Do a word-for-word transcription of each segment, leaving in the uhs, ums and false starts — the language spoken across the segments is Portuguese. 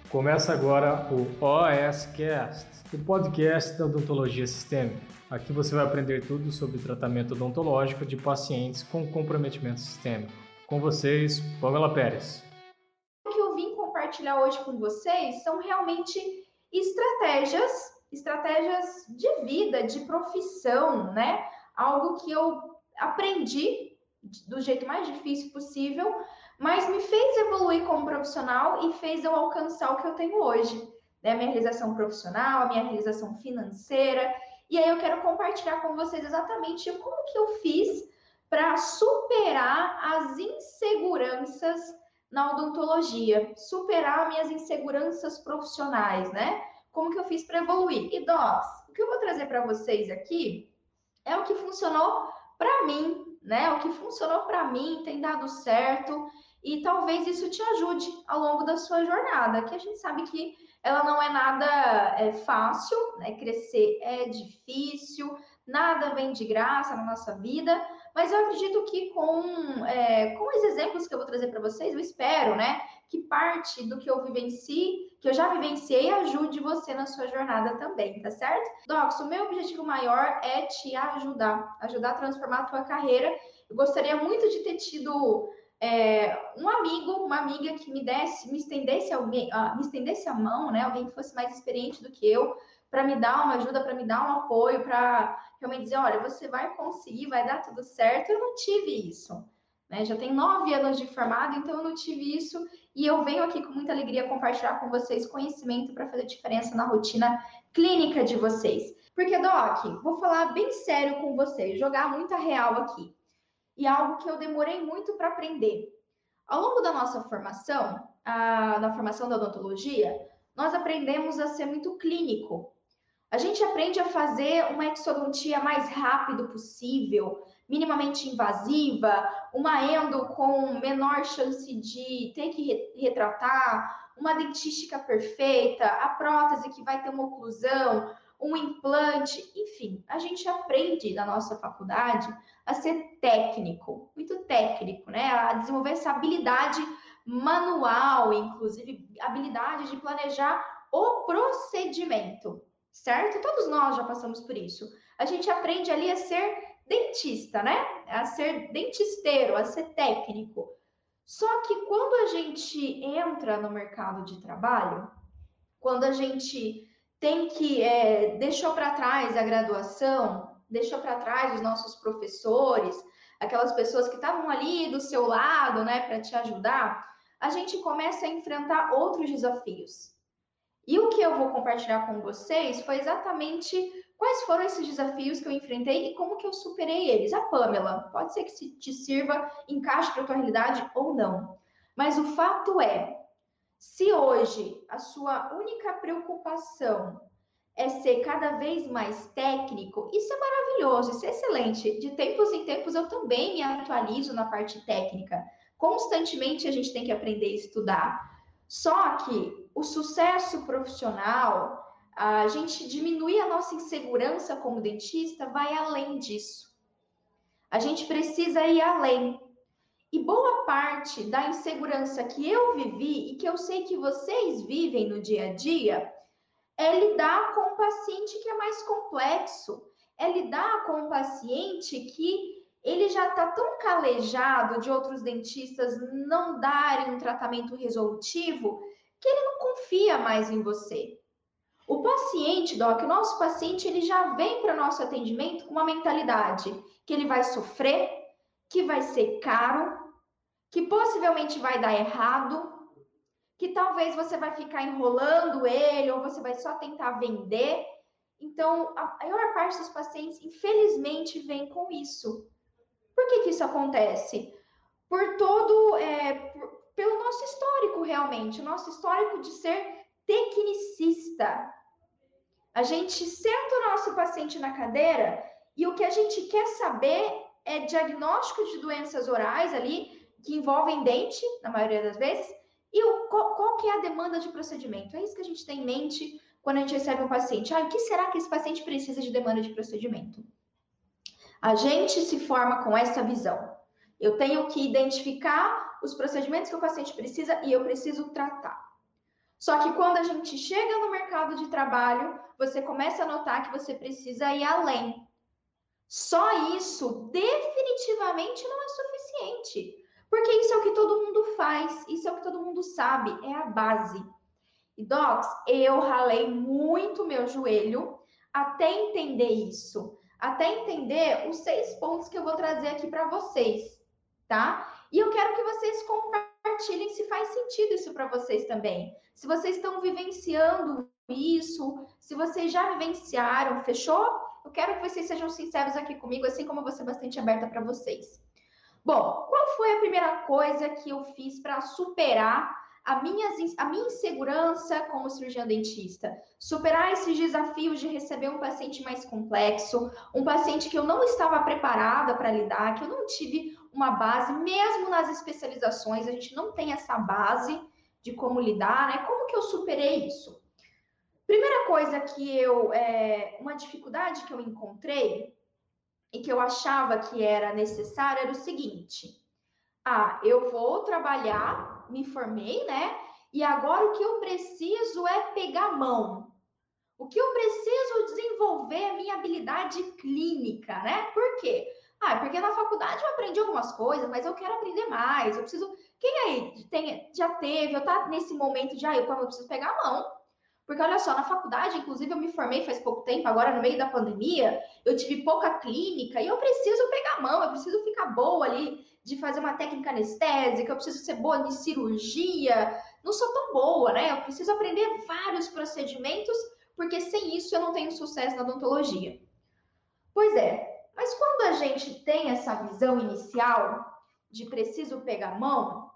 Começa agora o O S Cast, o podcast da odontologia sistêmica. Aqui você vai aprender tudo sobre tratamento odontológico de pacientes com comprometimento sistêmico. Com vocês, Pamela Pérez. O que eu vim compartilhar hoje com vocês são realmente estratégias, estratégias de vida, de profissão, né? Algo que eu aprendi do jeito mais difícil possível, mas me fez evoluir como profissional e fez eu alcançar o que eu tenho hoje, né? Minha realização profissional, minha realização financeira. E aí eu quero compartilhar com vocês exatamente como que eu fiz para superar as inseguranças na odontologia, superar minhas inseguranças profissionais, né? Como que eu fiz para evoluir? E, Docs, o que eu vou trazer para vocês aqui é o que funcionou para mim, né? O que funcionou para mim tem dado certo e talvez isso te ajude ao longo da sua jornada, que a gente sabe que ela não é nada é, fácil, né? Crescer é difícil, nada vem de graça na nossa vida, mas eu acredito que com, é, com os exemplos que eu vou trazer para vocês, eu espero, né, que parte do que eu vivencie, que eu já vivenciei, ajude você na sua jornada também, tá certo? Docs, o meu objetivo maior é te ajudar, ajudar a transformar a tua carreira. Eu gostaria muito de ter tido é, um amigo, uma amiga que me desse, me estendesse, alguém, uh, me estendesse a mão, né, alguém que fosse mais experiente do que eu, para me dar uma ajuda, para me dar um apoio, para realmente dizer, olha, você vai conseguir, vai dar tudo certo. Eu não tive isso, né? Já tenho nove anos de formado, então eu não tive isso e eu venho aqui com muita alegria compartilhar com vocês conhecimento para fazer diferença na rotina clínica de vocês. Porque, Doc, vou falar bem sério com vocês, jogar muita real aqui. E algo que eu demorei muito para aprender. Ao longo da nossa formação, a, na formação da odontologia, nós aprendemos a ser muito clínico. A gente aprende a fazer uma exodontia mais rápido possível, minimamente invasiva, uma endo com menor chance de ter que retratar, uma dentística perfeita, a prótese que vai ter uma oclusão, um implante, enfim, a gente aprende na nossa faculdade a ser técnico, muito técnico, né? A desenvolver essa habilidade manual, inclusive habilidade de planejar o procedimento. Certo? Todos nós já passamos por isso. A gente aprende ali a ser dentista, né? A ser dentisteiro, a ser técnico. Só que quando a gente entra no mercado de trabalho, quando a gente tem que é, deixou para trás a graduação, deixou para trás os nossos professores, aquelas pessoas que estavam ali do seu lado, né, para te ajudar, a gente começa a enfrentar outros desafios. E o que eu vou compartilhar com vocês foi exatamente quais foram esses desafios que eu enfrentei e como que eu superei eles. A Pamela, pode ser que te sirva, encaixe para a tua realidade ou não. Mas o fato é, se hoje a sua única preocupação é ser cada vez mais técnico, isso é maravilhoso, isso é excelente. De tempos em tempos eu também me atualizo na parte técnica. Constantemente a gente tem que aprender a estudar. Só que o sucesso profissional, a gente diminuir a nossa insegurança como dentista, vai além disso. A gente precisa ir além. E boa parte da insegurança que eu vivi e que eu sei que vocês vivem no dia a dia é lidar com um paciente que é mais complexo, é lidar com um paciente que ele já está tão calejado de outros dentistas não darem um tratamento resolutivo que ele não confia mais em você. O paciente, Doc, o nosso paciente, ele já vem para o nosso atendimento com uma mentalidade que ele vai sofrer, que vai ser caro, que possivelmente vai dar errado, que talvez você vai ficar enrolando ele ou você vai só tentar vender. Então, a maior parte dos pacientes, infelizmente, vem com isso. Por que que isso acontece? Por todo, é, por, pelo nosso histórico, realmente, o nosso histórico de ser tecnicista. A gente senta o nosso paciente na cadeira e o que a gente quer saber é diagnóstico de doenças orais ali, que envolvem dente, na maioria das vezes, e o, qual, qual que é a demanda de procedimento? É isso que a gente tem em mente quando a gente recebe um paciente. Ah, o que será que esse paciente precisa de demanda de procedimento? A gente se forma com essa visão. Eu tenho que identificar os procedimentos que o paciente precisa e eu preciso tratar. Só que quando a gente chega no mercado de trabalho, você começa a notar que você precisa ir além. Só isso definitivamente não é suficiente, porque isso é o que todo mundo faz, isso é o que todo mundo sabe, é a base. E Docs, eu ralei muito meu joelho até entender isso, até entender os seis pontos que eu vou trazer aqui para vocês, tá? E eu quero que vocês compartilhem se faz sentido isso para vocês também. Se vocês estão vivenciando isso, se vocês já vivenciaram, fechou? Eu quero que vocês sejam sinceros aqui comigo, assim como eu vou ser bastante aberta para vocês. Bom, qual foi a primeira coisa que eu fiz para superar a minha, a minha insegurança como cirurgião dentista? Superar esses desafios de receber um paciente mais complexo, um paciente que eu não estava preparada para lidar, que eu não tive uma base, mesmo nas especializações, a gente não tem essa base de como lidar, né? Como que eu superei isso? Primeira coisa que eu, é, uma dificuldade que eu encontrei e que eu achava que era necessário era o seguinte: ah, eu vou trabalhar, me formei, né? E agora o que eu preciso é pegar a mão. O que eu preciso desenvolver é a minha habilidade clínica, né? Por quê? Ah, porque na faculdade eu aprendi algumas coisas, mas eu quero aprender mais. Eu preciso. Quem aí tem, já teve, eu tá nesse momento de, ah, eu, eu preciso pegar a mão. Porque olha só, na faculdade, inclusive, eu me formei faz pouco tempo, agora no meio da pandemia, eu tive pouca clínica e eu preciso pegar a mão, eu preciso ficar boa ali de fazer uma técnica anestésica, eu preciso ser boa de cirurgia. Não sou tão boa, né? Eu preciso aprender vários procedimentos, porque sem isso eu não tenho sucesso na odontologia. Pois é, mas quando a gente tem essa visão inicial de preciso pegar a mão,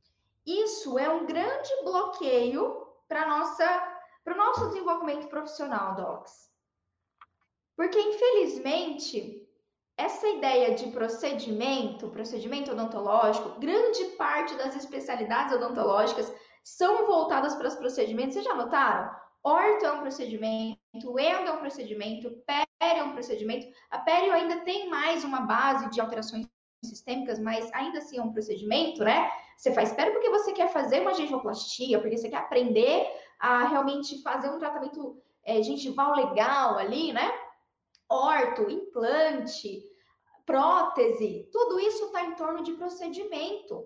isso é um grande bloqueio para nossa para o nosso desenvolvimento profissional, Docs. Porque, infelizmente, essa ideia de procedimento, procedimento odontológico, grande parte das especialidades odontológicas são voltadas para os procedimentos. Vocês já notaram? Orto é um procedimento, endo é um procedimento, pério é um procedimento. A pério ainda tem mais uma base de alterações sistêmicas, mas ainda assim é um procedimento, né? Você faz pério porque você quer fazer uma gengivoplastia, porque você quer aprender a realmente fazer um tratamento é, gengival legal ali, né? Orto, implante, prótese, tudo isso está em torno de procedimento.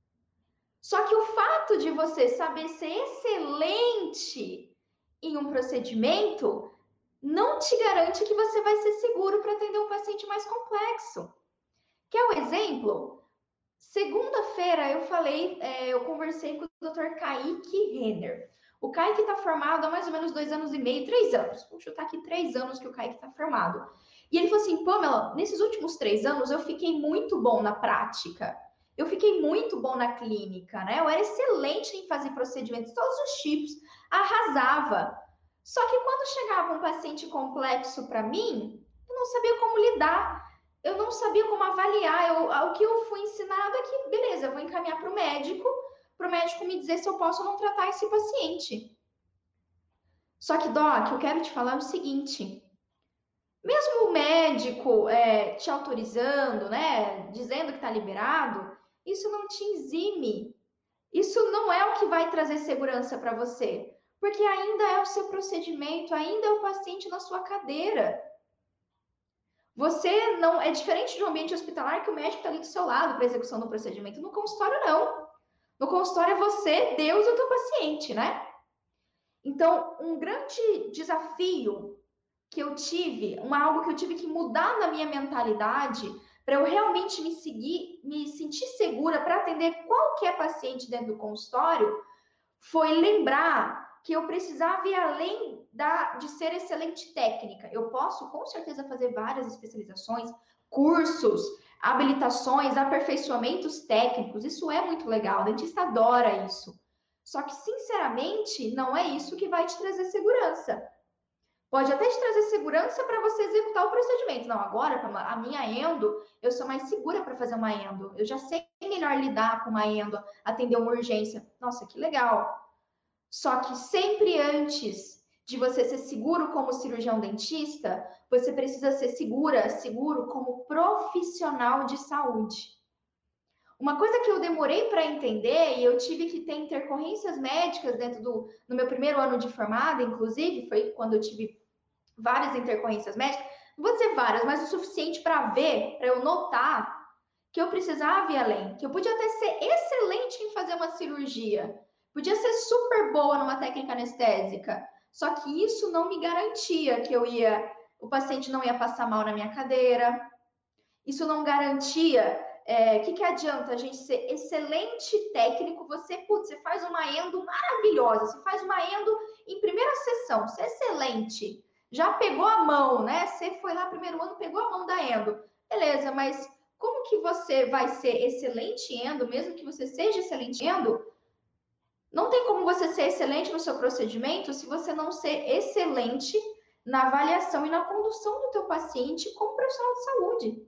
Só que o fato de você saber ser excelente em um procedimento não te garante que você vai ser seguro para atender um paciente mais complexo. Quer um exemplo? Segunda-feira eu falei, é, eu conversei com o doutor Kaique Renner. O Kaique está formado há mais ou menos dois anos e meio, três anos. Vou chutar aqui três anos que o Kaique está formado. E ele falou assim, Pamela, nesses últimos três anos eu fiquei muito bom na prática. Eu fiquei muito bom na clínica, né? Eu era excelente em fazer procedimentos, todos os tipos, arrasava. Só que quando chegava um paciente complexo para mim, eu não sabia como lidar. Eu não sabia como avaliar. Eu, o que eu fui ensinado é que, beleza, eu vou encaminhar para o médico, para o médico me dizer se eu posso ou não tratar esse paciente. Só que, Doc, eu quero te falar o seguinte: mesmo o médico é, te autorizando, né, dizendo que está liberado, isso não te exime. Isso não é o que vai trazer segurança para você, porque ainda é o seu procedimento, ainda é o paciente na sua cadeira. Você não é diferente de um ambiente hospitalar que o médico está ali do seu lado para execução do procedimento. No consultório, não. No consultório é você, Deus e o teu paciente, né? Então, um grande desafio que eu tive, uma algo que eu tive que mudar na minha mentalidade para eu realmente me seguir, me sentir segura para atender qualquer paciente dentro do consultório, foi lembrar que eu precisava ir além da, de ser excelente técnica. Eu posso, com certeza, fazer várias especializações, cursos, habilitações, aperfeiçoamentos técnicos. Isso é muito legal, o dentista adora isso. Só que, sinceramente, não é isso que vai te trazer segurança. Pode até te trazer segurança para você executar o procedimento. Não, agora, a minha endo, eu sou mais segura para fazer uma endo. Eu já sei melhor lidar com uma endo, atender uma urgência. Nossa, que legal. Só que sempre antes de você ser seguro como cirurgião dentista, você precisa ser segura, seguro como profissional de saúde. Uma coisa que eu demorei para entender, e eu tive que ter intercorrências médicas dentro do no meu primeiro ano de formada, inclusive, foi quando eu tive várias intercorrências médicas, não vou dizer várias, mas o suficiente para ver, para eu notar que eu precisava ir além, que eu podia até ser excelente em fazer uma cirurgia, podia ser super boa numa técnica anestésica, só que isso não me garantia que eu ia, o paciente não ia passar mal na minha cadeira, isso não garantia. O é, que, que adianta a gente ser excelente técnico? Você, putz, você faz uma endo maravilhosa, você faz uma endo em primeira sessão, você é excelente, já pegou a mão, né? Você foi lá primeiro ano, pegou a mão da endo. Beleza, mas como que você vai ser excelente endo, mesmo que você seja excelente endo? Não tem como você ser excelente no seu procedimento se você não ser excelente na avaliação e na condução do teu paciente como profissional de saúde.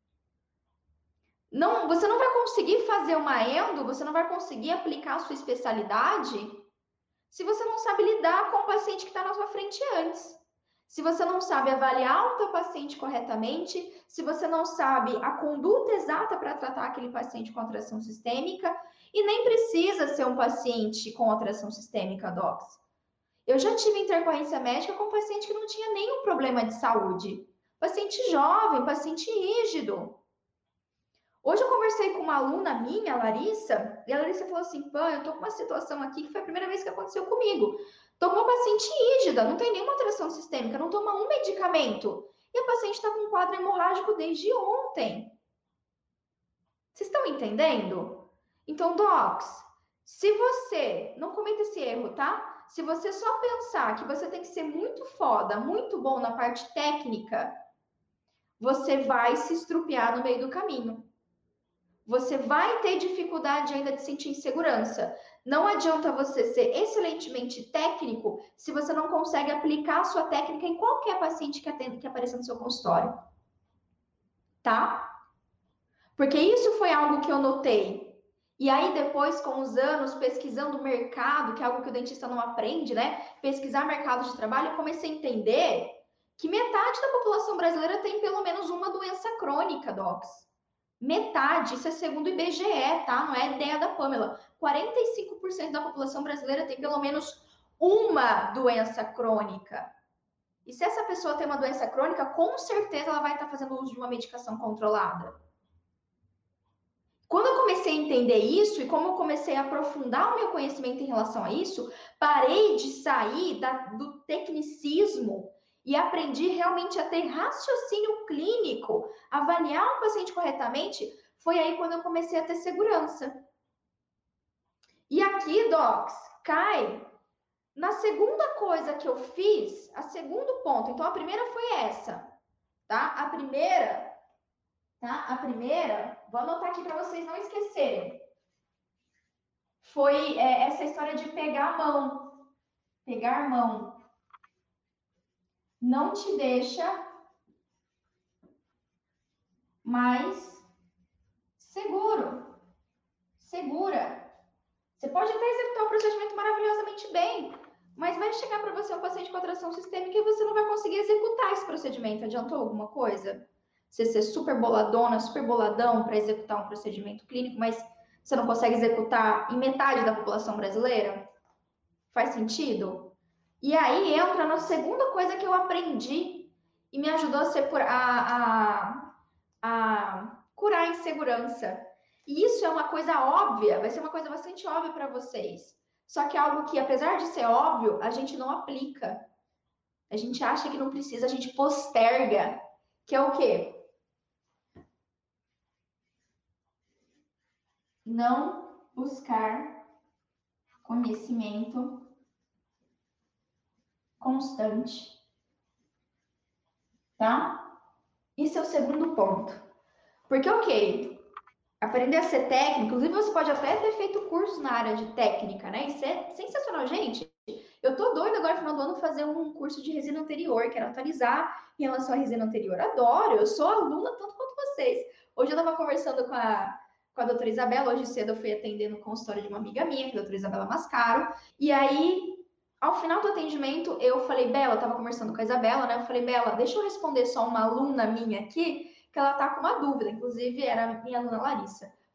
Não, você não vai conseguir fazer uma endo, você não vai conseguir aplicar a sua especialidade se você não sabe lidar com o paciente que está na sua frente antes. Se você não sabe avaliar o teu paciente corretamente, se você não sabe a conduta exata para tratar aquele paciente com atração sistêmica, e nem precisa ser um paciente com atração sistêmica, docs. Eu já tive intercorrência médica com um paciente que não tinha nenhum problema de saúde. Paciente jovem, paciente rígido. Hoje eu conversei com uma aluna minha, a Larissa, e a Larissa falou assim, pã, eu tô com uma situação aqui que foi a primeira vez que aconteceu comigo. Tô com uma paciente rígida, não tem nenhuma atração sistêmica, não toma um medicamento. E a paciente está com um quadro hemorrágico desde ontem. Vocês estão entendendo? Então, docs, se você, não cometa esse erro, tá? Se você só pensar que você tem que ser muito foda, muito bom na parte técnica, você vai se estrupiar no meio do caminho. Você vai ter dificuldade ainda de sentir insegurança. Não adianta você ser excelentemente técnico se você não consegue aplicar a sua técnica em qualquer paciente que, atenda, que apareça no seu consultório. Tá? Porque isso foi algo que eu notei. E aí depois, com os anos, pesquisando o mercado, que é algo que o dentista não aprende, né? Pesquisar mercado de trabalho, eu comecei a entender que metade da população brasileira tem pelo menos uma doença crônica, docs. Metade, isso é segundo o I B G E, tá? Não é ideia da Pamela. quarenta e cinco por cento da população brasileira tem pelo menos uma doença crônica. E se essa pessoa tem uma doença crônica, com certeza ela vai estar fazendo uso de uma medicação controlada. Quando eu comecei a entender isso e como eu comecei a aprofundar o meu conhecimento em relação a isso, parei de sair da, do tecnicismo e aprendi realmente a ter raciocínio clínico, avaliar um paciente corretamente. Foi aí quando eu comecei a ter segurança. E aqui, docs, cai na segunda coisa que eu fiz, a segundo ponto. Então, a primeira foi essa, tá? A primeira, tá? A primeira, vou anotar aqui para vocês não esquecerem. Foi é, essa história de pegar a mão. Pegar a mão. Não te deixa mais seguro, segura. Você pode até executar o procedimento maravilhosamente bem, mas vai chegar para você um paciente com atração sistêmica e você não vai conseguir executar esse procedimento. Adiantou alguma coisa? Você ser super boladona, super boladão para executar um procedimento clínico, mas você não consegue executar em metade da população brasileira? Faz sentido? E aí entra na segunda coisa que eu aprendi e me ajudou a, ser por, a, a, a curar a insegurança. E isso é uma coisa óbvia, vai ser uma coisa bastante óbvia para vocês. Só que é algo que, apesar de ser óbvio, a gente não aplica. A gente acha que não precisa, a gente posterga. Que é o quê? Não buscar conhecimento constante. Tá? Esse é o segundo ponto. Porque, ok, aprender a ser técnico, inclusive você pode até ter feito curso na área de técnica, né? Isso é sensacional, gente. Eu tô doida agora, no final do ano, fazer um curso de resina anterior, quero atualizar em relação à resina anterior. Adoro, eu sou aluna tanto quanto vocês. Hoje eu tava conversando com a, com a doutora Isabela, hoje cedo eu fui atender no consultório de uma amiga minha, que é a doutora Isabela Mascaro, e aí, ao final do atendimento, eu falei, Bela, eu tava conversando com a Isabela, né? Eu falei, Bela, deixa eu responder só uma aluna minha aqui, que ela tá com uma dúvida, inclusive era a minha aluna Larissa.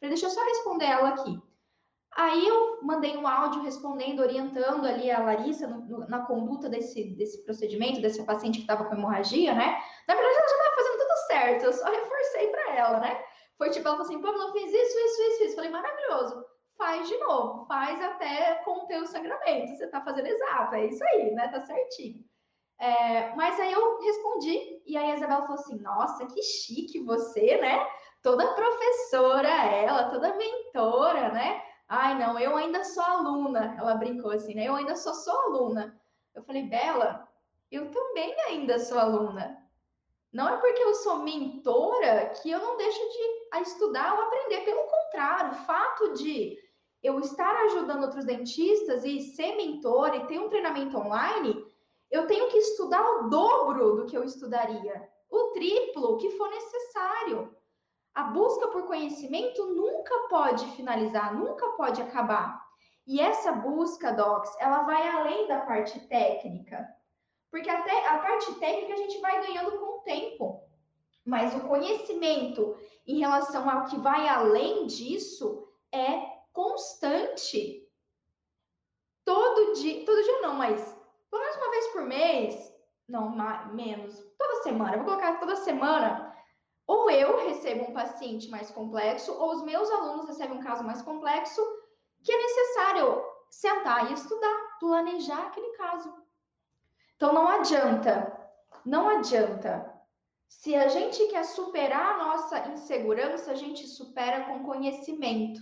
Falei, deixa eu só responder ela aqui. Aí eu mandei um áudio respondendo, orientando ali a Larissa no, no, na conduta desse, desse procedimento, dessa paciente que estava com hemorragia, né? Na verdade, ela já estava fazendo tudo certo, eu só reforcei para ela, né? Foi tipo, ela falou assim, Pamela, eu fiz isso, isso, isso, isso. Falei, maravilhoso, faz de novo, faz até conter o sangramento, você tá fazendo exato, é isso aí, né? Tá certinho. É, mas aí eu respondi, e aí a Isabela falou assim, nossa, que chique você, né? Toda professora ela, toda mentora, né? Ai, não, eu ainda sou aluna. Ela brincou assim, né? Eu ainda só sou aluna. Eu falei, Bela, eu também ainda sou aluna. Não é porque eu sou mentora que eu não deixo de estudar ou aprender. Pelo contrário, o fato de eu estar ajudando outros dentistas e ser mentora e ter um treinamento online, eu tenho que estudar o dobro do que eu estudaria, o triplo que for necessário. A busca por conhecimento nunca pode finalizar, nunca pode acabar. E essa busca, Docs, ela vai além da parte técnica. Porque até a parte técnica a gente vai ganhando com o tempo. Mas o conhecimento em relação ao que vai além disso é constante. Todo dia, todo dia não, mas pelo menos uma vez por mês, não, mais, menos, toda semana, vou colocar toda semana, ou eu recebo um paciente mais complexo, ou os meus alunos recebem um caso mais complexo, que é necessário sentar e estudar, planejar aquele caso. Então não adianta, não adianta. Se a gente quer superar a nossa insegurança, a gente supera com conhecimento.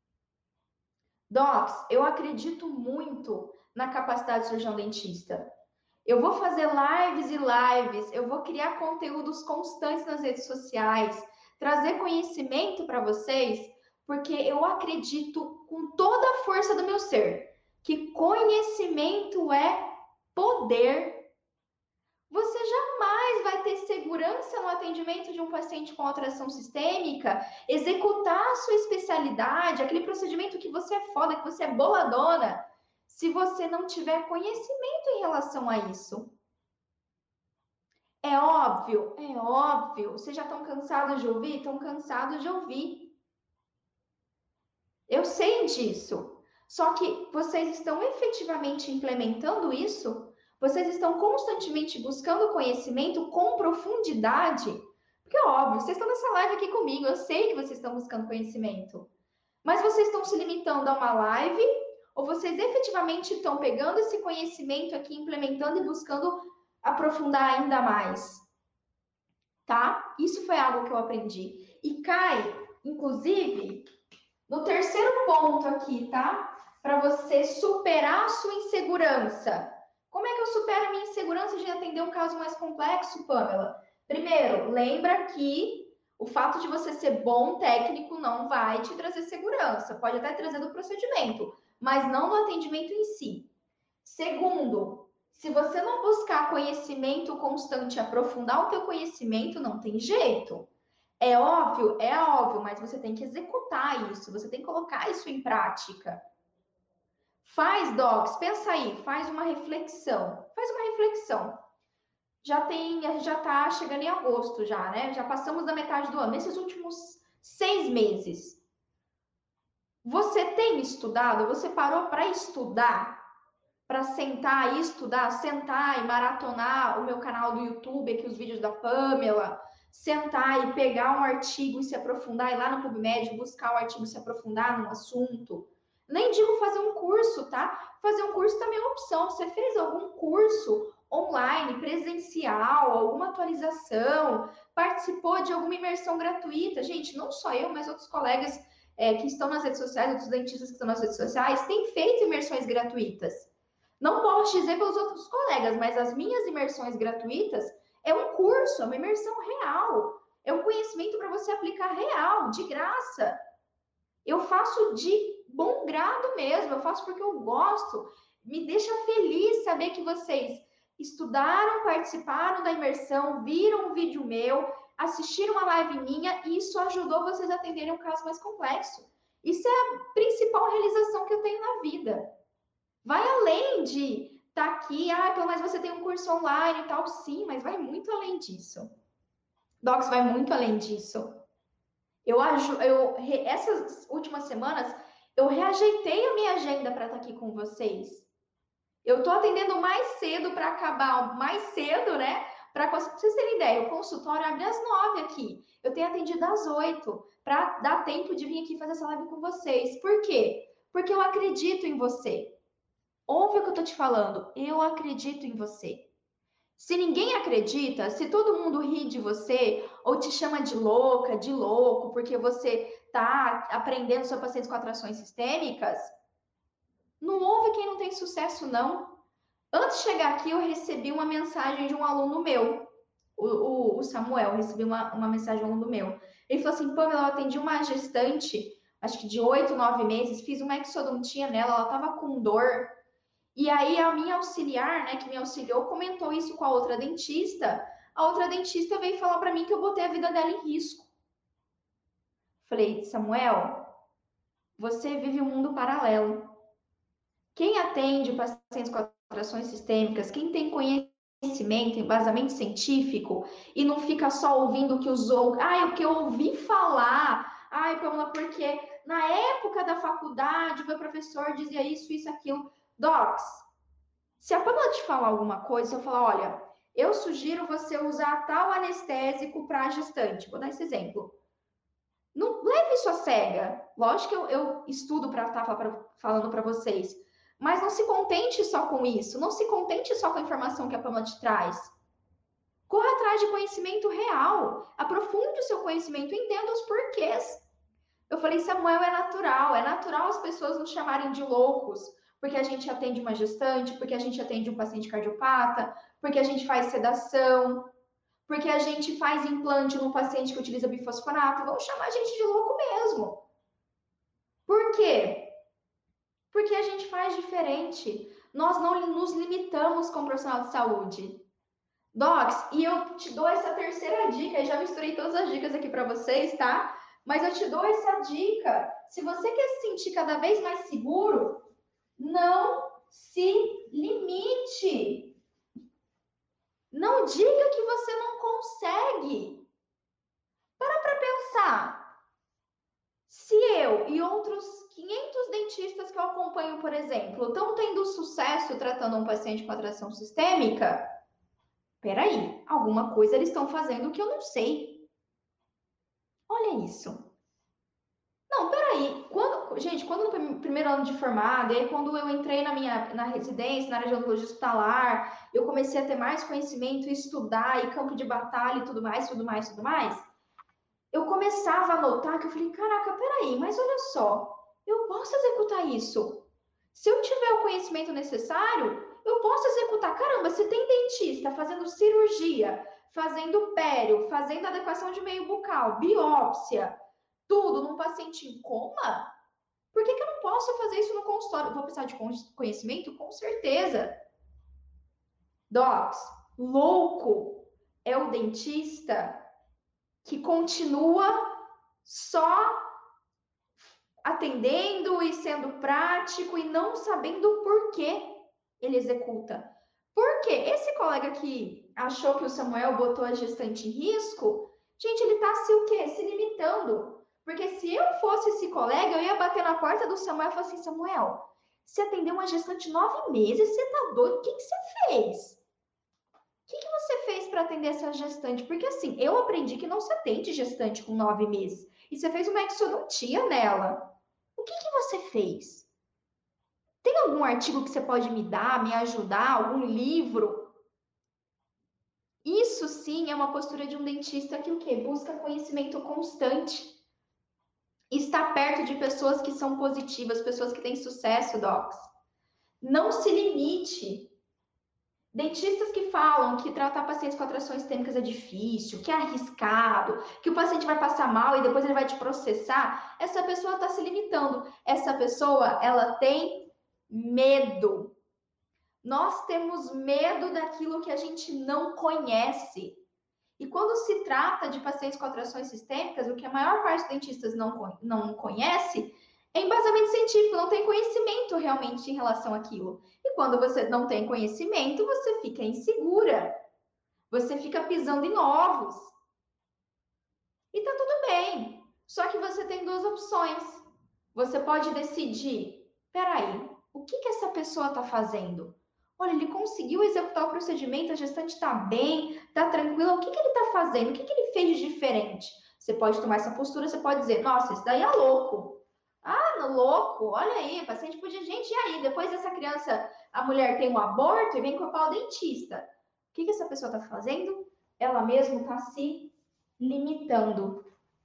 Docs, eu acredito muito na capacidade de cirurgião dentista. Eu vou fazer lives e lives, eu vou criar conteúdos constantes nas redes sociais, trazer conhecimento para vocês, porque eu acredito com toda a força do meu ser que conhecimento é poder. Você jamais vai ter segurança no atendimento de um paciente com alteração sistêmica, executar a sua especialidade, aquele procedimento que você é foda, que você é boladona, se você não tiver conhecimento em relação a isso. É óbvio, é óbvio. Vocês já estão cansados de ouvir? Estão cansados de ouvir. Eu sei disso. Só que vocês estão efetivamente implementando isso? Vocês estão constantemente buscando conhecimento com profundidade? Porque, óbvio, vocês estão nessa live aqui comigo, eu sei que vocês estão buscando conhecimento. Mas vocês estão se limitando a uma live ou vocês efetivamente estão pegando esse conhecimento aqui, implementando e buscando aprofundar ainda mais? Tá? Isso foi algo que eu aprendi. E cai, inclusive, no terceiro ponto aqui, tá? Para você superar a sua insegurança. Como é que eu supero a minha insegurança de atender um caso mais complexo, Pamela? Primeiro, lembra que o fato de você ser bom técnico não vai te trazer segurança. Pode até trazer do procedimento, mas não do atendimento em si. Segundo, se você não buscar conhecimento constante, aprofundar o teu conhecimento, não tem jeito. É óbvio, é óbvio, mas você tem que executar isso, você tem que colocar isso em prática. Faz, Docs, pensa aí, faz uma reflexão, faz uma reflexão. Já tem, já tá chegando em agosto já, né? Já passamos da metade do ano. Nesses últimos seis meses, você tem estudado? Você parou para estudar? Para sentar e estudar, sentar e maratonar o meu canal do YouTube, aqui os vídeos da Pamela, sentar e pegar um artigo e se aprofundar, ir lá no PubMed, buscar o artigo e se aprofundar num assunto. Nem digo fazer um curso, tá? Fazer um curso também é uma opção. Você fez algum curso online, presencial, alguma atualização, participou de alguma imersão gratuita? Gente, não só eu, mas outros colegas é, que estão nas redes sociais, outros dentistas que estão nas redes sociais, têm feito imersões gratuitas. Não posso dizer pelos outros colegas, mas as minhas imersões gratuitas é um curso, é uma imersão real. É um conhecimento para você aplicar real, de graça. Eu faço de bom grado mesmo, eu faço porque eu gosto. Me deixa feliz saber que vocês estudaram, participaram da imersão, viram um vídeo meu, assistiram uma live minha e isso ajudou vocês a atenderem um caso mais complexo. Isso é a principal realização que eu tenho na vida. Vai além de estar tá aqui, ah, pelo menos você tem um curso online e tal, sim, mas vai muito além disso. Docs vai muito além disso. Eu, eu essas últimas semanas, eu reajeitei a minha agenda para estar aqui com vocês. Eu estou atendendo mais cedo para acabar mais cedo, né? Para vocês terem ideia, o consultório abre às nove aqui. Eu tenho atendido às oito para dar tempo de vir aqui fazer essa live com vocês. Por quê? Porque eu acredito em você. Ouve o que eu estou te falando. Eu acredito em você. Se ninguém acredita, se todo mundo ri de você ou te chama de louca, de louco, porque você está aprendendo sobre pacientes com atrações sistêmicas, não ouve quem não tem sucesso, não. Antes de chegar aqui, eu recebi uma mensagem de um aluno meu, o, o, o Samuel, recebi uma, uma mensagem de um aluno meu. Ele falou assim, Pamela, eu atendi uma gestante, acho que de oito, nove meses, fiz uma exodontia nela, ela estava com dor. E aí a minha auxiliar, né, que me auxiliou, comentou isso com a outra dentista. A outra dentista veio falar para mim que eu botei a vida dela em risco. Falei, Samuel, você vive um mundo paralelo. Quem atende pacientes com atrações sistêmicas, quem tem conhecimento, embasamento científico e não fica só ouvindo o que os outros, ah, o que eu ouvi falar, ai, Pamela, porque na época da faculdade o meu professor dizia isso, isso, aquilo. Docs, se a Pamela te falar alguma coisa, eu falar, olha, eu sugiro você usar tal anestésico para gestante. Vou dar esse exemplo. Não leve isso a cega. Lógico que eu, eu estudo para estar tá falando para vocês. Mas não se contente só com isso. Não se contente só com a informação que a Pamela te traz. Corra atrás de conhecimento real. Aprofunde o seu conhecimento. Entenda os porquês. Eu falei, Samuel, é natural. É natural as pessoas nos chamarem de loucos. Porque a gente atende uma gestante, porque a gente atende um paciente cardiopata, porque a gente faz sedação, porque a gente faz implante num paciente que utiliza bifosfonato. Vão chamar a gente de louco mesmo. Por quê? Porque a gente faz diferente. Nós não nos limitamos como profissional de saúde. Docs, e eu te dou essa terceira dica, e já misturei todas as dicas aqui para vocês, tá? Mas eu te dou essa dica. Se você quer se sentir cada vez mais seguro, não se limite. Não diga que você não consegue. Para para pensar. Se eu e outros quinhentos dentistas que eu acompanho, por exemplo, estão tendo sucesso tratando um paciente com atração sistêmica, peraí, alguma coisa eles estão fazendo que eu não sei. Olha isso. Não, peraí. Quando, gente, quando no primeiro ano de formada, e aí quando eu entrei na minha na residência, na área de odontologia hospitalar, eu comecei a ter mais conhecimento, estudar, e campo de batalha e tudo mais, tudo mais, tudo mais. Eu começava a notar que eu falei, caraca, peraí, mas olha só, eu posso executar isso. Se eu tiver o conhecimento necessário, eu posso executar. Caramba, se tem dentista fazendo cirurgia, fazendo pério, fazendo adequação de meio bucal, biópsia, tudo num paciente em coma, por que, que eu não posso fazer isso no consultório? Vou precisar de conhecimento? Com certeza. Docs, louco é o dentista que continua só atendendo e sendo prático e não sabendo o porquê ele executa. Por quê? Esse colega que achou que o Samuel botou a gestante em risco, gente, ele tá se o quê? Se limitando. Porque se eu fosse esse colega, eu ia bater na porta do Samuel e falar assim, Samuel, você atendeu uma gestante nove meses, você tá doido? O que, que você fez? O que, que você fez para atender essa gestante? Porque assim, eu aprendi que não se atende gestante com nove meses. E você fez uma exodontia nela. O que, que você fez? Tem algum artigo que você pode me dar, me ajudar? Algum livro? Isso sim é uma postura de um dentista que o quê? Busca conhecimento constante. Está perto de pessoas que são positivas, pessoas que têm sucesso, docs. Não se limite. Dentistas que falam que tratar pacientes com atrações sistêmicas é difícil, que é arriscado, que o paciente vai passar mal e depois ele vai te processar, essa pessoa está se limitando. Essa pessoa, ela tem medo. Nós temos medo daquilo que a gente não conhece. E quando se trata de pacientes com atrações sistêmicas, o que a maior parte dos dentistas não, não conhece é embasamento científico, não tem conhecimento realmente em relação àquilo. E quando você não tem conhecimento, você fica insegura. Você fica pisando em ovos. E tá tudo bem. Só que você tem duas opções. Você pode decidir, peraí, o que, que essa pessoa está fazendo? Olha, ele conseguiu executar o procedimento, a gestante está bem, está tranquila, o que, que ele está fazendo? O que, que ele fez de diferente? Você pode tomar essa postura, você pode dizer, nossa, isso daí é louco. Ah, louco, olha aí, o paciente podia, gente, e aí? Depois dessa criança, a mulher tem um aborto e vem culpar o dentista. O que, que essa pessoa está fazendo? Ela mesma está se limitando.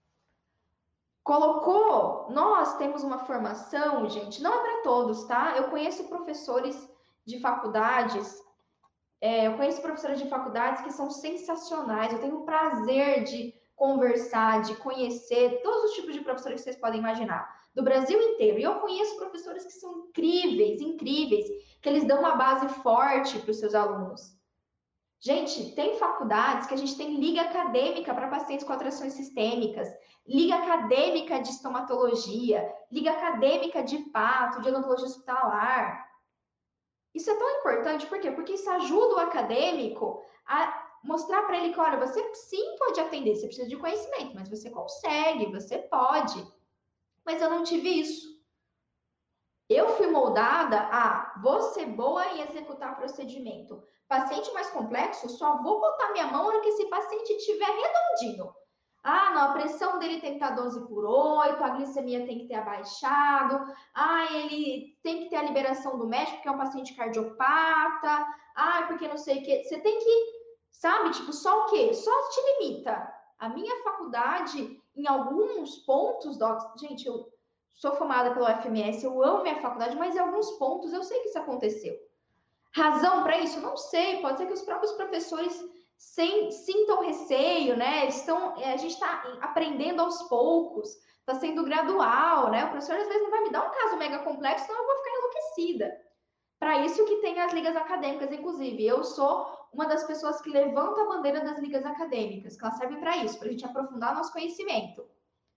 Colocou, nós temos uma formação, gente, não é para todos, tá? Eu conheço professores de faculdades, é, eu conheço professores de faculdades que são sensacionais, eu tenho o prazer de conversar, de conhecer todos os tipos de professores que vocês podem imaginar, do Brasil inteiro. E eu conheço professores que são incríveis, incríveis, que eles dão uma base forte para os seus alunos. Gente, tem faculdades que a gente tem liga acadêmica para pacientes com atrações sistêmicas, liga acadêmica de estomatologia, liga acadêmica de pato, de odontologia hospitalar. Isso é tão importante, por quê? Porque isso ajuda o acadêmico a mostrar para ele que, olha, você sim pode atender, você precisa de conhecimento, mas você consegue, você pode. Mas eu não tive isso. Eu fui moldada a vou ser boa em executar procedimento. Paciente mais complexo, só vou botar minha mão no que esse paciente estiver redondinho. Ah, não, a pressão dele tem que estar doze por oito, a glicemia tem que ter abaixado, ah, ele tem que ter a liberação do médico, porque é um paciente cardiopata, ah, porque não sei o quê. Você tem que, sabe, tipo, só o quê? Só te limita. A minha faculdade, em alguns pontos, docs, gente, eu sou formada pela U F M S, eu amo minha faculdade, mas em alguns pontos eu sei que isso aconteceu. Razão para isso? Não sei. Pode ser que os próprios professores sem, sintam receio, né? Estão, a gente está aprendendo aos poucos, está sendo gradual, né? O professor às vezes não vai me dar um caso mega complexo, senão eu vou ficar enlouquecida. Para isso que tem as ligas acadêmicas, inclusive. Eu sou uma das pessoas que levanta a bandeira das ligas acadêmicas, que elas servem para isso, para a gente aprofundar nosso conhecimento.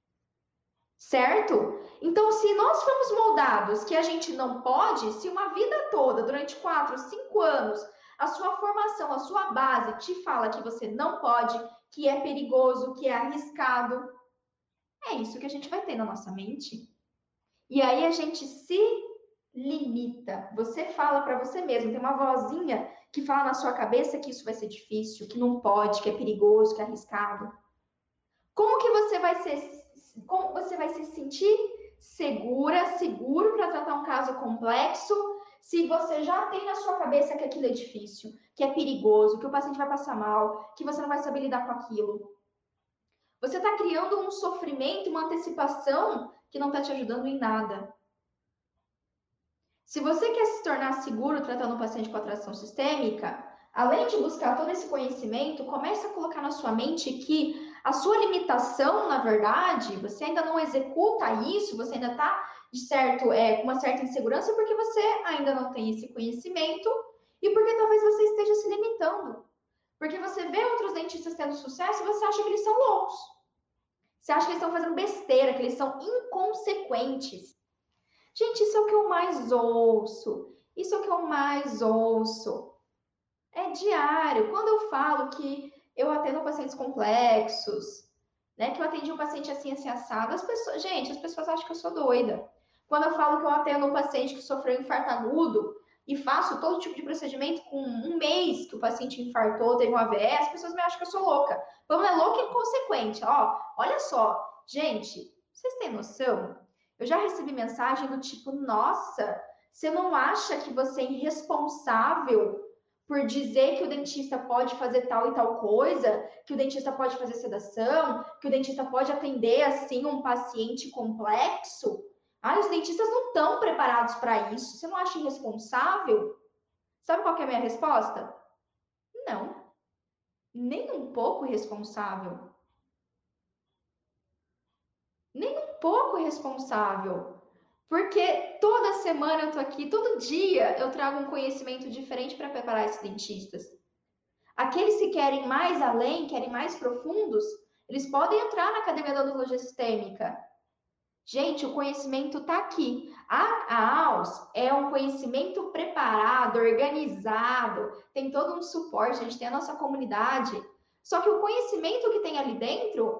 Certo? Então, se nós formos moldados que a gente não pode, se uma vida toda, durante quatro, cinco anos, a sua formação, a sua base te fala que você não pode, que é perigoso, que é arriscado, é isso que a gente vai ter na nossa mente. E aí a gente se limita. Você fala para você mesmo, tem uma vozinha que fala na sua cabeça que isso vai ser difícil, que não pode, que é perigoso, que é arriscado. Como que você vai ser como você vai se sentir segura, seguro para tratar um caso complexo, se você já tem na sua cabeça que aquilo é difícil, que é perigoso, que o paciente vai passar mal, que você não vai saber lidar com aquilo? Você está criando um sofrimento, uma antecipação que não está te ajudando em nada. Se você quer se tornar seguro tratando um paciente com atração sistêmica, além de buscar todo esse conhecimento, comece a colocar na sua mente que a sua limitação, na verdade, você ainda não executa isso, você ainda está, de certo, é, com uma certa insegurança porque você ainda não tem esse conhecimento e porque talvez você esteja se limitando. Porque você vê outros dentistas tendo sucesso e você acha que eles são loucos. Você acha que eles estão fazendo besteira, que eles são inconsequentes. Gente, isso é o que eu mais ouço. Isso é o que eu mais ouço. É diário. Quando eu falo que eu atendo pacientes complexos, né? Que eu atendi um paciente assim, assim, assado, as pessoas, gente, as pessoas acham que eu sou doida. Quando eu falo que eu atendo um paciente que sofreu infarto agudo e faço todo tipo de procedimento com um mês que o paciente infartou, teve um A V E, as pessoas me acham que eu sou louca. Vamos, é louca e inconsequente. Ó, olha só. Gente, vocês têm noção? Eu já recebi mensagem do tipo, nossa, você não acha que você é irresponsável por dizer que o dentista pode fazer tal e tal coisa, que o dentista pode fazer sedação, que o dentista pode atender assim um paciente complexo? Ah, os dentistas não estão preparados para isso. Você não acha irresponsável? Sabe qual que é a minha resposta? Não, nem um pouco irresponsável. Nem um pouco irresponsável. Porque toda semana eu tô aqui, todo dia eu trago um conhecimento diferente para preparar esses dentistas. Aqueles que querem mais além, querem mais profundos, eles podem entrar na Academia da Odontologia Sistêmica. Gente, o conhecimento está aqui. A, a A U S é um conhecimento preparado, organizado, tem todo um suporte, a gente tem a nossa comunidade. Só que o conhecimento que tem ali dentro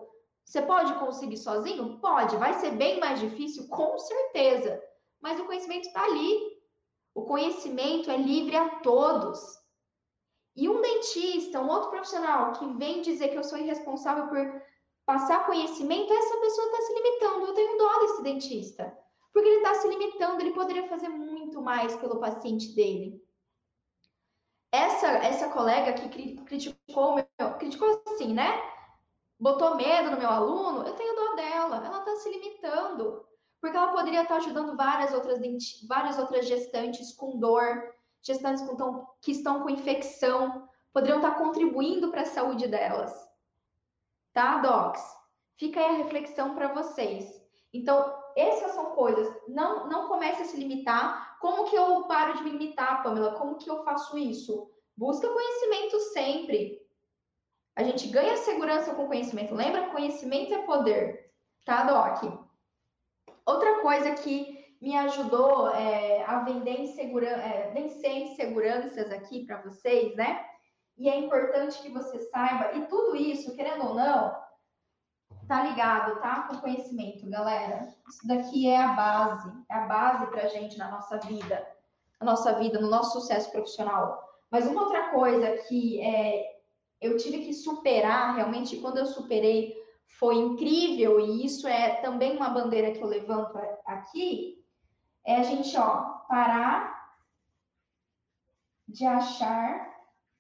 Você pode conseguir sozinho? Pode. Vai ser bem mais difícil? Com certeza. Mas o conhecimento está ali. O conhecimento é livre a todos. E um dentista, um outro profissional que vem dizer que eu sou irresponsável por passar conhecimento, essa pessoa está se limitando. Eu tenho dó desse dentista. Porque ele está se limitando, ele poderia fazer muito mais pelo paciente dele. Essa, essa colega que criticou, meu, criticou assim, né? Botou medo no meu aluno, eu tenho dó dela. Ela está se limitando. Porque ela poderia estar ajudando várias outras, várias outras gestantes com dor, gestantes com tão, que estão com infecção, poderiam estar contribuindo para a saúde delas. Tá, docs? Fica aí a reflexão para vocês. Então, essas são coisas. Não, não comece a se limitar. Como que eu paro de me limitar, Pamela? Como que eu faço isso? Busca conhecimento sempre. A gente ganha segurança com conhecimento. Lembra? Conhecimento é poder. Tá, Doc? Outra coisa que me ajudou é, a vender insegura, é, vencer inseguranças aqui para vocês, né? E é importante que você saiba, e tudo isso, querendo ou não, tá ligado, tá? Com conhecimento, galera. Isso daqui é a base, é a base pra gente na nossa vida, na nossa vida, no nosso sucesso profissional. Mas uma outra coisa que é, eu tive que superar, realmente, quando eu superei, foi incrível, e isso é também uma bandeira que eu levanto aqui, é a gente, ó, parar de achar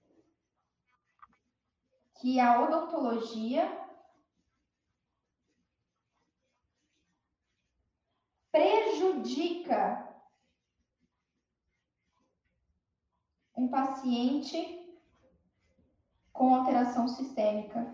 que a odontologia prejudica um paciente com alteração sistêmica.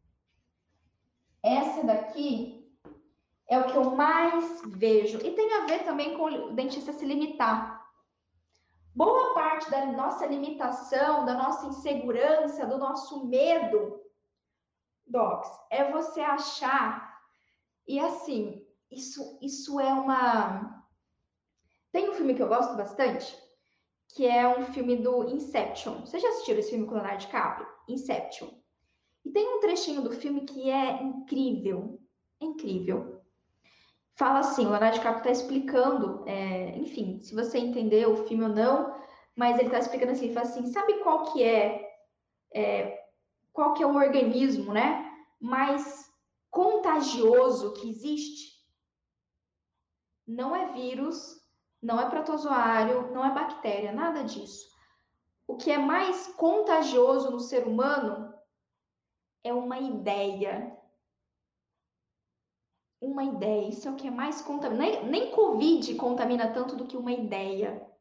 Essa daqui é o que eu mais vejo. E tem a ver também com o dentista se limitar. Boa parte da nossa limitação, da nossa insegurança, do nosso medo, docs, é você achar. E assim, isso, isso é uma. Tem um filme que eu gosto bastante, que é um filme do Inception. Vocês já assistiram esse filme com o Leonardo DiCaprio? Inception. E tem um trechinho do filme que é incrível. É incrível. Fala assim, o Leonardo DiCaprio está explicando, é, enfim, se você entendeu o filme ou não, mas ele está explicando assim, ele fala assim, sabe qual que é, é qual que é o organismo, né, mais contagioso que existe? Não é vírus, não é protozoário, não é bactéria, nada disso. O que é mais contagioso no ser humano é uma ideia. Uma ideia, isso é o que é mais contaminante. Nem, nem Covid contamina tanto do que uma ideia.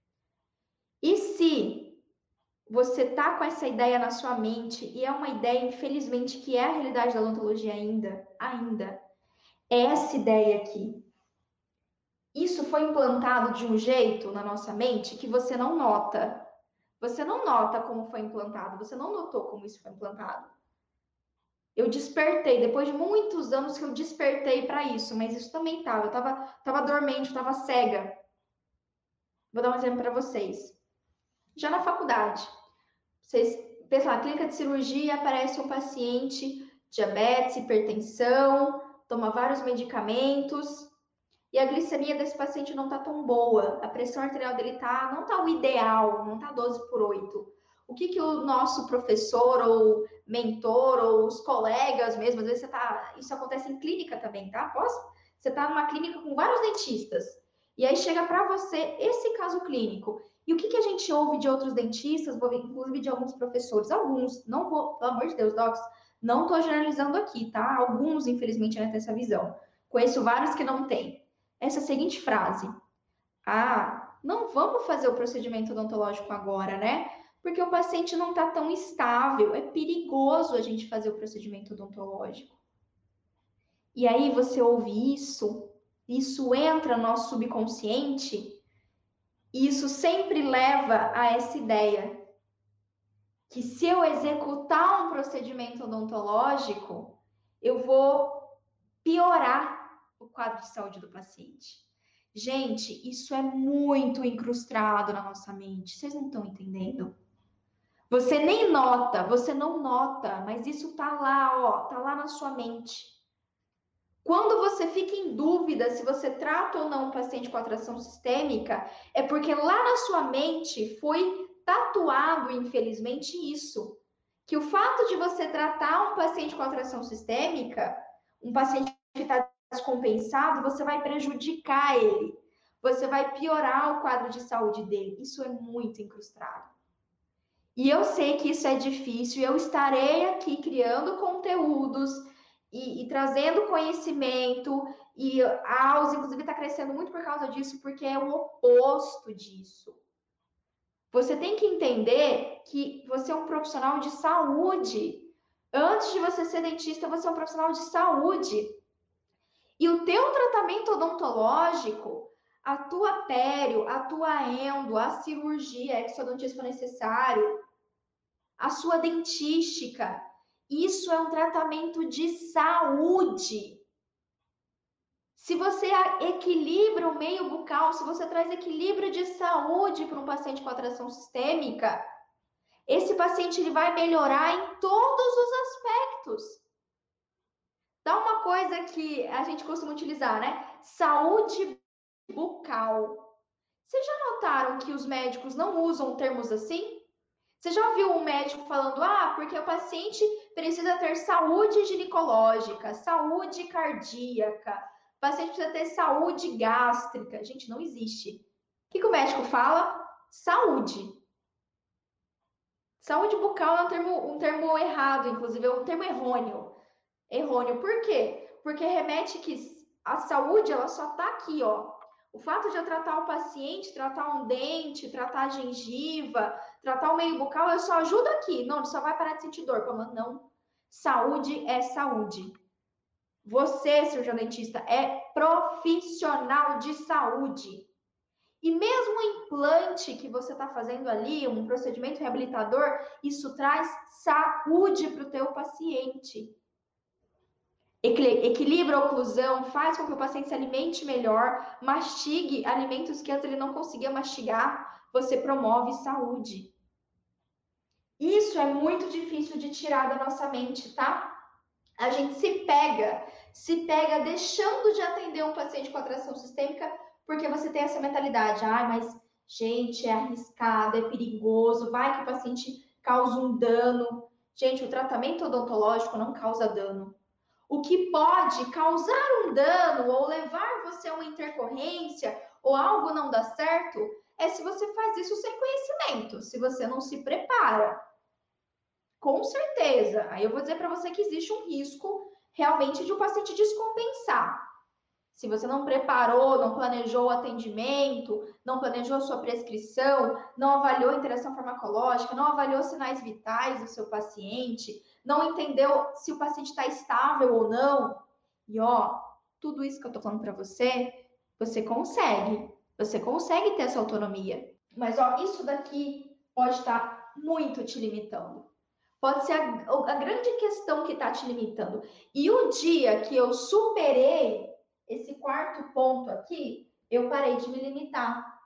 E se você tá com essa ideia na sua mente, e é uma ideia, infelizmente, que é a realidade da odontologia ainda, ainda, é essa ideia aqui. Isso foi implantado de um jeito na nossa mente que você não nota. Você não nota como foi implantado, você não notou como isso foi implantado. Eu despertei, depois de muitos anos que eu despertei para isso, mas isso também estava. Eu estava tava dormente, eu estava cega. Vou dar um exemplo para vocês. Já na faculdade, vocês pensam lá, clínica de cirurgia, aparece um paciente, diabetes, hipertensão, toma vários medicamentos, e a glicemia desse paciente não está tão boa, a pressão arterial dele tá, não está o ideal, não está doze por oito. O que, que o nosso professor ou mentor ou os colegas mesmo, às vezes você tá, isso acontece em clínica também, tá? Posso? Você está numa clínica com vários dentistas, e aí chega para você esse caso clínico. E o que, que a gente ouve de outros dentistas, inclusive de alguns professores? Alguns, não vou, pelo amor de Deus, docs, não estou generalizando aqui, tá? Alguns, infelizmente, ainda têm essa visão. Conheço vários que não têm. Essa seguinte frase: ah, não vamos fazer o procedimento odontológico agora, né? Porque o paciente não está tão estável, é perigoso a gente fazer o procedimento odontológico. E aí você ouve isso, isso entra no nosso subconsciente, e isso sempre leva a essa ideia que se eu executar um procedimento odontológico, eu vou piorar o quadro de saúde do paciente. Gente, isso é muito incrustado na nossa mente. Vocês não estão entendendo? Você nem nota, você não nota, mas isso tá lá, ó, tá lá na sua mente. Quando você fica em dúvida se você trata ou não um paciente com atração sistêmica, é porque lá na sua mente foi tatuado, infelizmente, isso. Que o fato de você tratar um paciente com atração sistêmica, um paciente que está descompensado, você vai prejudicar ele. Você vai piorar o quadro de saúde dele. Isso é muito incrustado. E eu sei que isso é difícil, e eu estarei aqui criando conteúdos e, e trazendo conhecimento, e a Aus, inclusive, está crescendo muito por causa disso, porque é o oposto disso. Você tem que entender que você é um profissional de saúde. Antes de você ser dentista, você é um profissional de saúde. E o teu tratamento odontológico, a tua pério, a tua endo, a cirurgia, exodontista se for necessário, a sua dentística, isso é um tratamento de saúde. Se você equilibra o meio bucal, se você traz equilíbrio de saúde para um paciente com atração sistêmica, esse paciente ele vai melhorar em todos os aspectos. Dá uma coisa que a gente costuma utilizar, né? Saúde bucal. Vocês já notaram que os médicos não usam termos assim? Você já ouviu um médico falando, ah, porque o paciente precisa ter saúde ginecológica, saúde cardíaca, o paciente precisa ter saúde gástrica. Gente, não existe. O que, que o médico fala? Saúde. Saúde bucal é um termo, um termo errado, inclusive, é um termo errôneo. Errôneo. Por quê? Porque remete que a saúde, ela só tá aqui, ó. O fato de eu tratar o paciente, tratar um dente, tratar a gengiva, tratar o meio bucal, eu só ajudo aqui. Não, ele só vai parar de sentir dor. Como não? Saúde é saúde. Você, cirurgião dentista, é profissional de saúde. E mesmo o implante que você está fazendo ali, um procedimento reabilitador, isso traz saúde para o teu paciente. Equilibra a oclusão, faz com que o paciente se alimente melhor, mastigue alimentos que antes ele não conseguia mastigar, você promove saúde. Isso é muito difícil de tirar da nossa mente, tá? A gente se pega, se pega deixando de atender um paciente com atração sistêmica porque você tem essa mentalidade, ah, mas gente, é arriscado, é perigoso, vai que o paciente causa um dano. Gente, o tratamento odontológico não causa dano. O que pode causar um dano ou levar você a uma intercorrência ou algo não dar certo é se você faz isso sem conhecimento, se você não se prepara. Com certeza. Aí eu vou dizer para você que existe um risco realmente de o um paciente descompensar. Se você não preparou, não planejou o atendimento, não planejou a sua prescrição, não avaliou a interação farmacológica, não avaliou os sinais vitais do seu paciente, não entendeu se o paciente está estável ou não. E ó, tudo isso que eu tô falando para você, você consegue. Você consegue ter essa autonomia. Mas ó, isso daqui pode estar muito te limitando. Pode ser a, a grande questão que está te limitando. E o dia que eu superei esse quarto ponto aqui, eu parei de me limitar.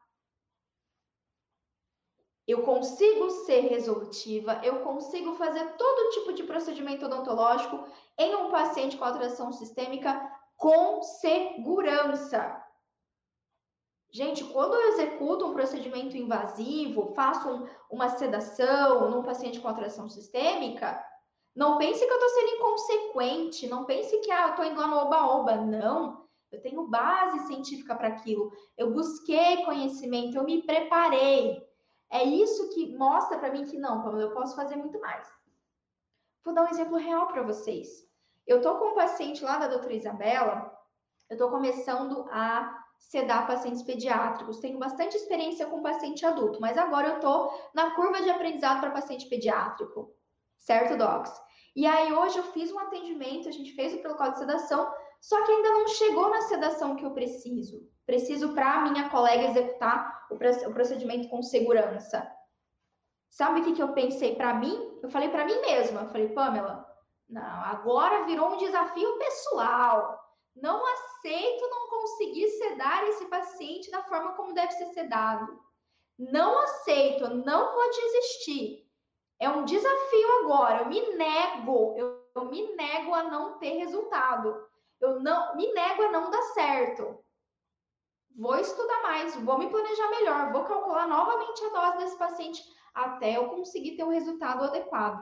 Eu consigo ser resolutiva, eu consigo fazer todo tipo de procedimento odontológico em um paciente com alteração sistêmica com segurança. Gente, quando eu executo um procedimento invasivo, faço um, uma sedação num paciente com alteração sistêmica, não pense que eu estou sendo inconsequente, não pense que ah, eu estou indo lá no oba-oba. Não, eu tenho base científica para aquilo. Eu busquei conhecimento, eu me preparei. É isso que mostra para mim que não, Pamela, eu posso fazer muito mais. Vou dar um exemplo real para vocês. Eu estou com um paciente lá da doutora Isabela, eu estou começando a sedar pacientes pediátricos. Tenho bastante experiência com paciente adulto, mas agora eu estou na curva de aprendizado para paciente pediátrico. Certo, Docs? E aí hoje eu fiz um atendimento, a gente fez o protocolo de sedação, só que ainda não chegou na sedação que eu preciso. Preciso para a minha colega executar o procedimento com segurança. Sabe o que, que eu pensei para mim? Eu falei para mim mesma, eu falei, Pamela, não, agora virou um desafio pessoal. Não aceito não conseguir sedar esse paciente da forma como deve ser sedado. Não aceito, não vou desistir. É um desafio agora, eu me nego, eu, eu me nego a não ter resultado. eu não me nego a não dar certo. Vou estudar mais, vou me planejar melhor, vou calcular novamente a dose desse paciente até eu conseguir ter um resultado adequado.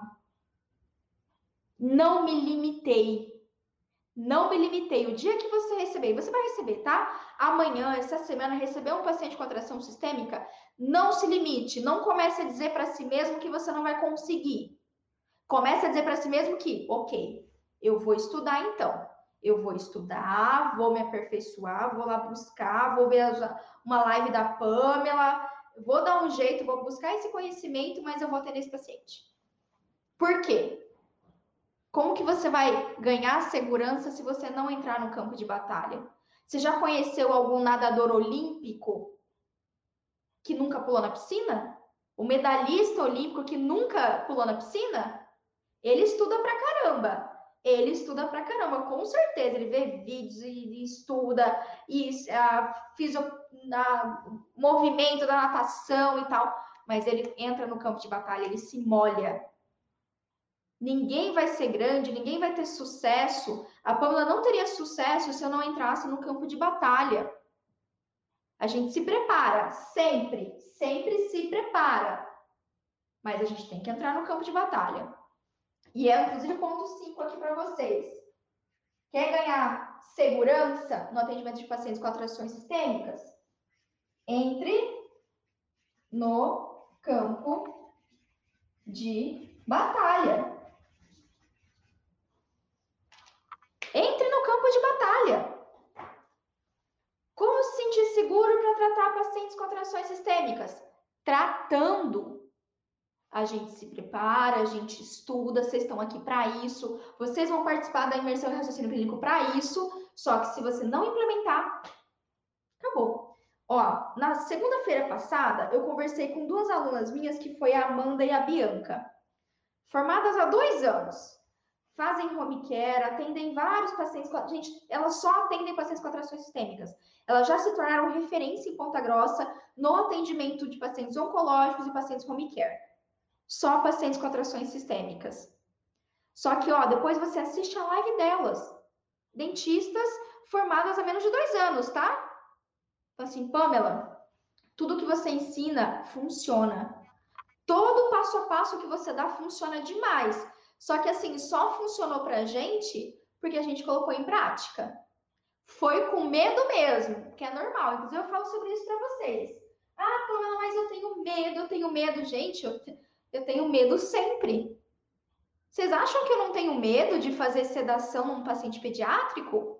Não me limitei. Não me limitei. O dia que você receber, você vai receber, tá? Amanhã, essa semana, receber um paciente com atração sistêmica, não se limite. Não comece a dizer para si mesmo que você não vai conseguir. Comece a dizer para si mesmo que, ok, eu vou estudar então. Eu vou estudar, vou me aperfeiçoar, vou lá buscar, vou ver uma live da Pamela, vou dar um jeito, vou buscar esse conhecimento, mas eu vou atender esse paciente. Por quê? Como que você vai ganhar segurança se você não entrar no campo de batalha? Você já conheceu algum nadador olímpico que nunca pulou na piscina? O medalhista olímpico que nunca pulou na piscina? Ele estuda pra caramba. Ele estuda pra caramba, com certeza. Ele vê vídeos e, e estuda, e a, fisio, a, movimento da natação e tal. Mas ele entra no campo de batalha, ele se molha. Ninguém vai ser grande, ninguém vai ter sucesso. A Pamela não teria sucesso se eu não entrasse no campo de batalha. A gente se prepara, sempre, sempre se prepara. Mas a gente tem que entrar no campo de batalha. E é, inclusive, o ponto cinco aqui para vocês. Quer ganhar segurança no atendimento de pacientes com atrações sistêmicas? Entre no campo de batalha. Entre no campo de batalha. Como se sentir seguro para tratar pacientes com atrações sistêmicas? Tratando. A gente se prepara, a gente estuda, vocês estão aqui para isso. Vocês vão participar da imersão em raciocínio clínico para isso. Só que se você não implementar, acabou. Ó, na segunda-feira passada, eu conversei com duas alunas minhas, que foi a Amanda e a Bianca. Formadas há dois anos. Fazem home care, atendem vários pacientes com... Gente, elas só atendem pacientes com atrações sistêmicas. Elas já se tornaram referência em Ponta Grossa no atendimento de pacientes oncológicos e pacientes home care. Só pacientes com atrações sistêmicas. Só que, ó, depois você assiste a live delas. Dentistas formadas há menos de dois anos, tá? Então, assim, Pamela, tudo que você ensina funciona. Todo passo a passo que você dá funciona demais. Só que, assim, só funcionou pra gente porque a gente colocou em prática. Foi com medo mesmo, que é normal. Inclusive, eu falo sobre isso pra vocês. Ah, Pamela, mas eu tenho medo, eu tenho medo. Gente, eu, eu tenho medo sempre. Vocês acham que eu não tenho medo de fazer sedação num paciente pediátrico?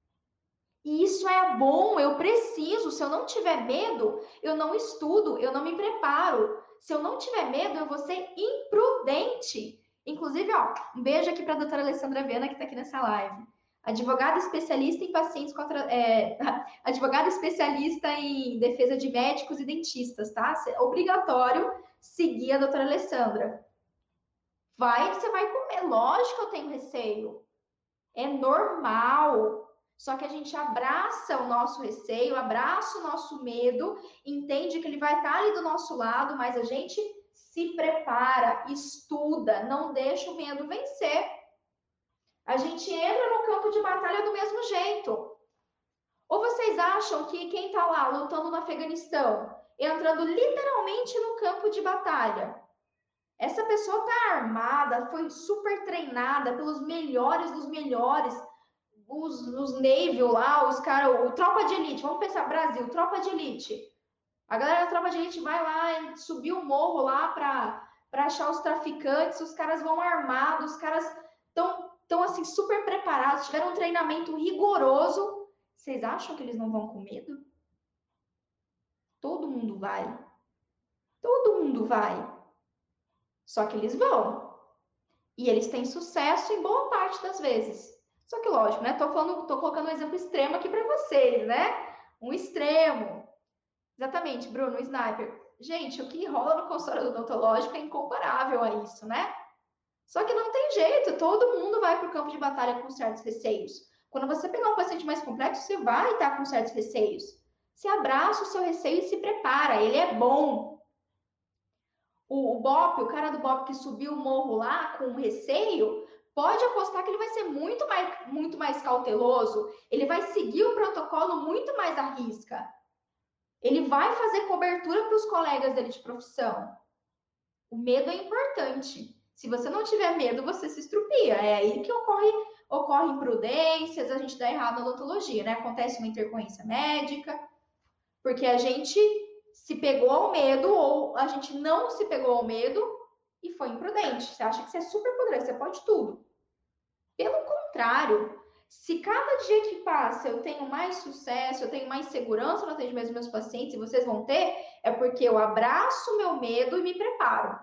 E isso é bom, eu preciso. Se eu não tiver medo, eu não estudo, eu não me preparo. Se eu não tiver medo, eu vou ser imprudente. Inclusive, ó, um beijo aqui para a doutora Alessandra Viana, que está aqui nessa live. Advogada especialista em pacientes contra. É, advogada especialista em defesa de médicos e dentistas, tá? É obrigatório seguir a doutora Alessandra. Vai, você vai comer. Lógico que eu tenho receio. É normal. Só que a gente abraça o nosso receio, abraça o nosso medo, entende que ele vai estar ali do nosso lado, mas a gente se prepara, estuda, não deixa o medo vencer. A gente entra no campo de batalha do mesmo jeito. Ou vocês acham que quem está lá lutando no Afeganistão, entrando literalmente no campo de batalha, essa pessoa está armada, foi super treinada pelos melhores dos melhores, os, os Naval lá, os caras, o Tropa de Elite, vamos pensar, Brasil, Tropa de Elite. A galera da Tropa de Elite vai lá e subir o morro lá para achar os traficantes, os caras vão armados, os caras estão tão, assim super preparados, tiveram um treinamento rigoroso. Vocês acham que eles não vão com medo? Todo mundo vai. Todo mundo vai. Só que eles vão. E eles têm sucesso em boa parte das vezes. Só que lógico, né? Tô falando, tô colocando um exemplo extremo aqui para vocês, né? Um extremo. Exatamente, Bruno, um sniper. Gente, o que rola no consultório odontológico é incomparável a isso, né? Só que não tem jeito, todo mundo vai para o campo de batalha com certos receios. Quando você pegar um paciente mais complexo, você vai estar com certos receios. Você abraça o seu receio e se prepara, ele é bom. O, o B O P, o cara do B O P que subiu o morro lá com receio, pode apostar que ele vai ser muito mais, muito mais cauteloso, ele vai seguir o protocolo muito mais à risca. Ele vai fazer cobertura para os colegas dele de profissão. O medo é importante. Se você não tiver medo, você se estrupia. É aí que ocorre, ocorre imprudências, a gente dá errado na odontologia, né? Acontece uma intercorrência médica, porque a gente se pegou ao medo ou a gente não se pegou ao medo e foi imprudente. Você acha que você é super poderoso, você pode tudo. Pelo contrário, se cada dia que passa eu tenho mais sucesso, eu tenho mais segurança no atendimento dos meus pacientes, e vocês vão ter, é porque eu abraço o meu medo e me preparo.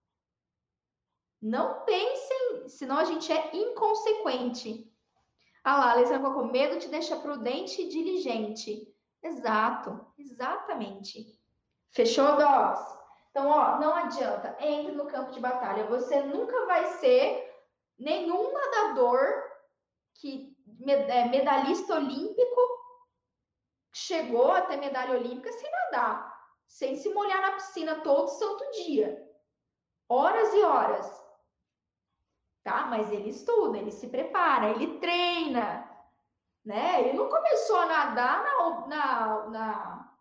Não pensem, senão a gente é inconsequente. Ah lá, a Alessandra colocou, medo te deixa prudente e diligente. Exato, exatamente. Fechou, Docs? Então, ó, não adianta, entre no campo de batalha. Você nunca vai ser nenhum nadador que é medalhista olímpico chegou a ter medalha olímpica sem nadar, sem se molhar na piscina todo santo dia. Horas e horas. Tá? Mas ele estuda, ele se prepara, ele treina, né? Ele não começou a nadar na, na, na...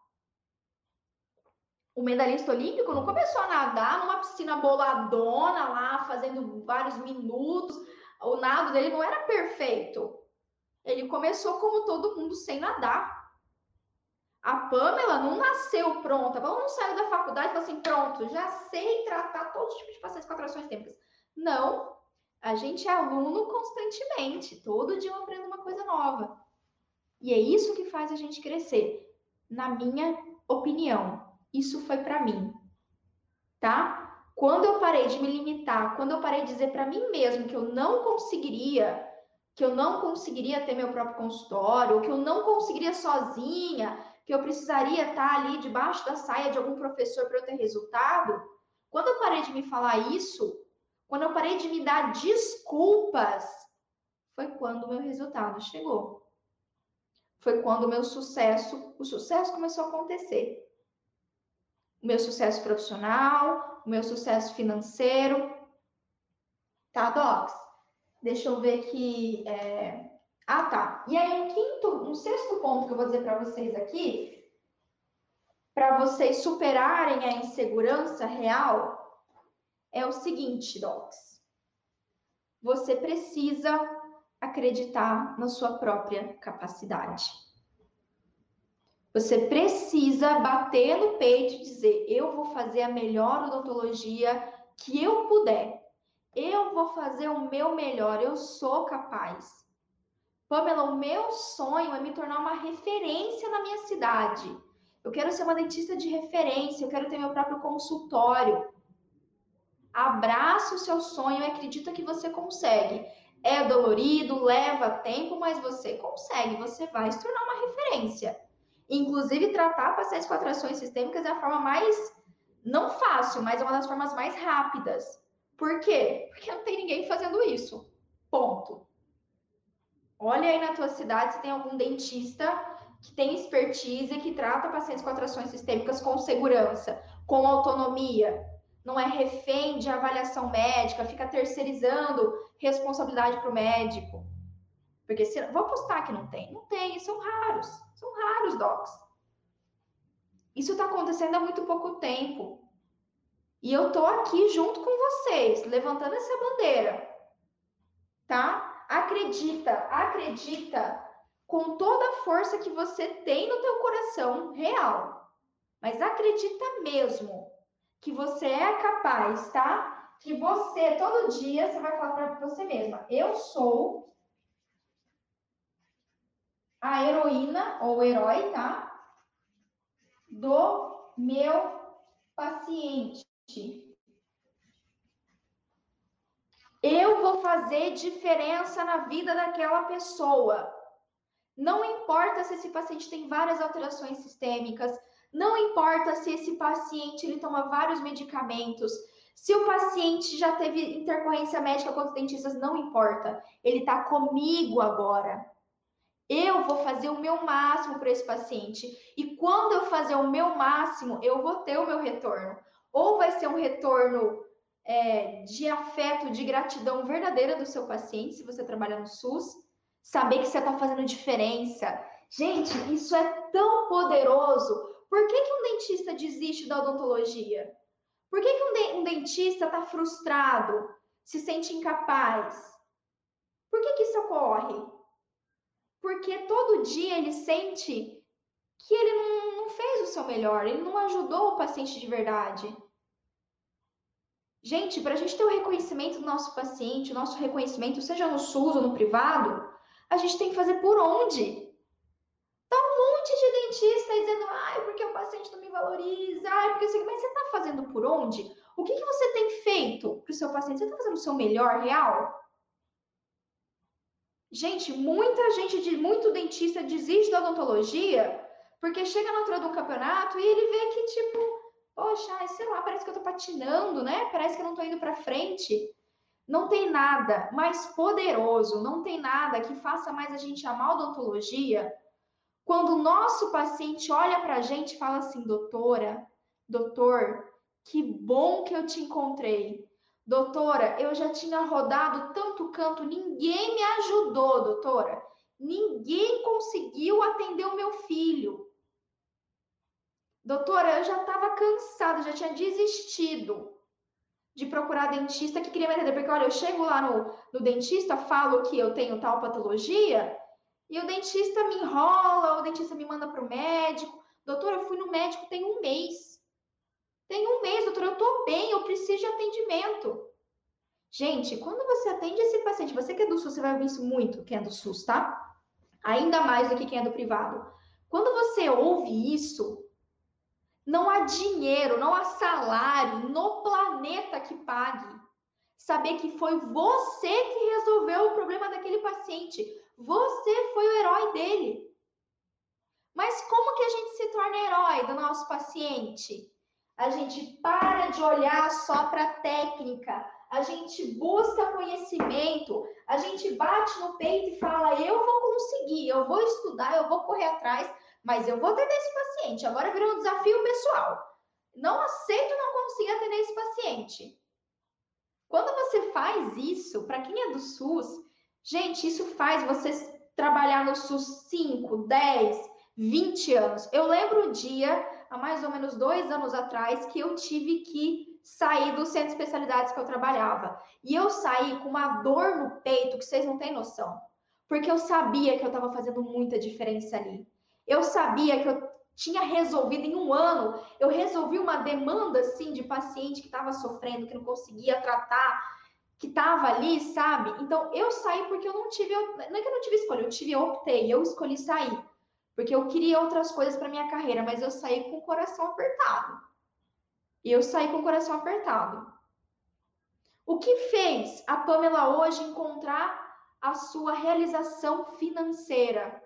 O medalhista olímpico não começou a nadar numa piscina boladona lá, fazendo vários minutos. O nado dele não era perfeito. Ele começou como todo mundo, sem nadar. A Pamela não nasceu pronta. A Pamela não saiu da faculdade e falou assim, pronto, já sei tratar todos os tipos de pacientes com atrações têmpicas. Não. A gente é aluno constantemente. Todo dia eu aprendo uma coisa nova. E é isso que faz a gente crescer. Na minha opinião. Isso foi para mim. Tá? Quando eu parei de me limitar, quando eu parei de dizer para mim mesmo que eu não conseguiria, que eu não conseguiria ter meu próprio consultório, que eu não conseguiria sozinha, que eu precisaria estar ali debaixo da saia de algum professor para eu ter resultado, quando eu parei de me falar isso, quando eu parei de me dar desculpas, foi quando o meu resultado chegou. Foi quando o meu sucesso, o sucesso começou a acontecer. O meu sucesso profissional, o meu sucesso financeiro. Tá, Docs? Deixa eu ver aqui. É... Ah, tá. E aí, um quinto, um sexto ponto que eu vou dizer para vocês aqui, para vocês superarem a insegurança real, é o seguinte, Docs. Você precisa acreditar na sua própria capacidade. Você precisa bater no peito e dizer, eu vou fazer a melhor odontologia que eu puder. Eu vou fazer o meu melhor, eu sou capaz. Pamela, o meu sonho é me tornar uma referência na minha cidade. Eu quero ser uma dentista de referência, eu quero ter meu próprio consultório. Abraça o seu sonho e acredita que você consegue. É dolorido, leva tempo, mas você consegue, você vai se tornar uma referência. Inclusive, tratar pacientes com atrações sistêmicas é a forma mais, não fácil, mas é uma das formas mais rápidas. Por quê? Porque não tem ninguém fazendo isso. Ponto. Olha aí na tua cidade se tem algum dentista que tem expertise, que trata pacientes com atrações sistêmicas com segurança, com autonomia. Não é refém de avaliação médica, fica terceirizando responsabilidade para o médico. Porque se, vou apostar que não tem. Não tem, são raros. São raros, docs. Isso está acontecendo há muito pouco tempo. E eu tô aqui junto com vocês, levantando essa bandeira. Tá? Acredita, acredita com toda a força que você tem no teu coração real. Mas acredita mesmo que você é capaz, tá? Que você, todo dia, você vai falar para você mesma, eu sou a heroína ou herói, tá? Do meu paciente. Eu vou fazer diferença na vida daquela pessoa. Não importa se esse paciente tem várias alterações sistêmicas, não importa se esse paciente ele toma vários medicamentos, se o paciente já teve intercorrência médica com os dentistas, não importa. Ele está comigo agora. Eu vou fazer o meu máximo para esse paciente. E quando eu fazer o meu máximo, eu vou ter o meu retorno. Ou vai ser um retorno é, de afeto, de gratidão verdadeira do seu paciente, se você trabalha no SUS, saber que você está fazendo diferença. Gente, isso é tão poderoso. Por que, que um dentista desiste da odontologia? Por que, que um, de, um dentista está frustrado, se sente incapaz? Por que, que isso ocorre? Porque todo dia ele sente que ele não, não fez o seu melhor, ele não ajudou o paciente de verdade. Gente, para a gente ter o reconhecimento do nosso paciente, o nosso reconhecimento, seja no SUS ou no privado, a gente tem que fazer por onde? Tá um monte de dentista aí dizendo, ai, porque o paciente não me valoriza, ai, porque isso aqui. Mas você está fazendo por onde? O que, que você tem feito para o seu paciente? Você está fazendo o seu melhor real? Gente, muita gente, de muito dentista desiste da odontologia porque chega na altura de um campeonato e ele vê que, tipo, poxa, sei lá, parece que eu tô patinando, né? Parece que eu não tô indo para frente. Não tem nada mais poderoso, não tem nada que faça mais a gente amar a odontologia quando o nosso paciente olha pra gente e fala assim, doutora, doutor, que bom que eu te encontrei. Doutora, eu já tinha rodado tanto canto, ninguém me ajudou, doutora. Ninguém conseguiu atender o meu filho. Doutora, eu já estava cansada, já tinha desistido de procurar dentista que queria me atender. Porque, olha, eu chego lá no, no dentista, falo que eu tenho tal patologia, e o dentista me enrola, o dentista me manda para o médico. Doutora, eu fui no médico tem um mês. Tem um mês, doutora, eu tô bem, eu preciso de atendimento. Gente, quando você atende esse paciente, você que é do SUS, você vai ouvir isso muito, quem é do SUS, tá? Ainda mais do que quem é do privado. Quando você ouve isso, não há dinheiro, não há salário no planeta que pague. Saber que foi você que resolveu o problema daquele paciente. Você foi o herói dele. Mas como que a gente se torna herói do nosso paciente? A gente para de olhar só para a técnica, a gente busca conhecimento, a gente bate no peito e fala: eu vou conseguir, eu vou estudar, eu vou correr atrás, mas eu vou atender esse paciente. Agora virou um desafio pessoal. Não aceito não conseguir atender esse paciente. Quando você faz isso, para quem é do SUS, gente, isso faz você trabalhar no SUS cinco, dez, vinte anos. Eu lembro um dia, há mais ou menos dois anos atrás, que eu tive que sair do centro de especialidades que eu trabalhava. E eu saí com uma dor no peito que vocês não têm noção. Porque eu sabia que eu estava fazendo muita diferença ali. Eu sabia que eu tinha resolvido em um ano, eu resolvi uma demanda assim de paciente que estava sofrendo, que não conseguia tratar, que estava ali, sabe? Então eu saí porque eu não tive, não é que eu não tive escolha, eu tive, eu optei, eu escolhi sair, porque eu queria outras coisas para minha carreira, mas eu saí com o coração apertado. E eu saí com o coração apertado. O que fez a Pamela hoje encontrar a sua realização financeira?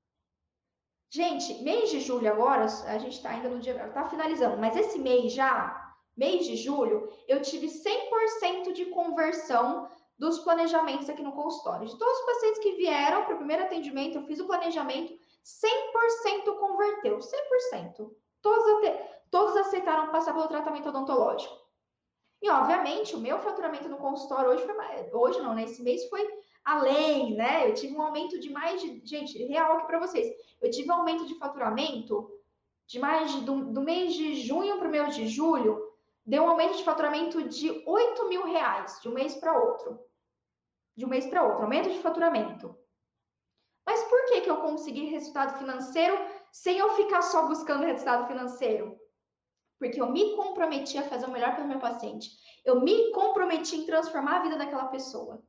Gente, mês de julho agora, a gente tá ainda no dia, tá finalizando, mas esse mês já, mês de julho, eu tive cem por cento de conversão dos planejamentos aqui no consultório. De todos os pacientes que vieram para o primeiro atendimento, eu fiz o planejamento, cem por cento converteu, cem por cento. Todos, todos aceitaram passar pelo tratamento odontológico. E, obviamente, o meu faturamento no consultório hoje foi mais, hoje não, né? Esse mês foi além, né? Eu tive um aumento de mais de, gente, real aqui para vocês. Eu tive um aumento de faturamento de mais de, do, do mês de junho para o mês de julho, deu um aumento de faturamento de oito mil reais de um mês para outro. De um mês para outro, aumento de faturamento. Mas por que que eu consegui resultado financeiro sem eu ficar só buscando resultado financeiro? Porque eu me comprometi a fazer o melhor pelo meu paciente. Eu me comprometi em transformar a vida daquela pessoa.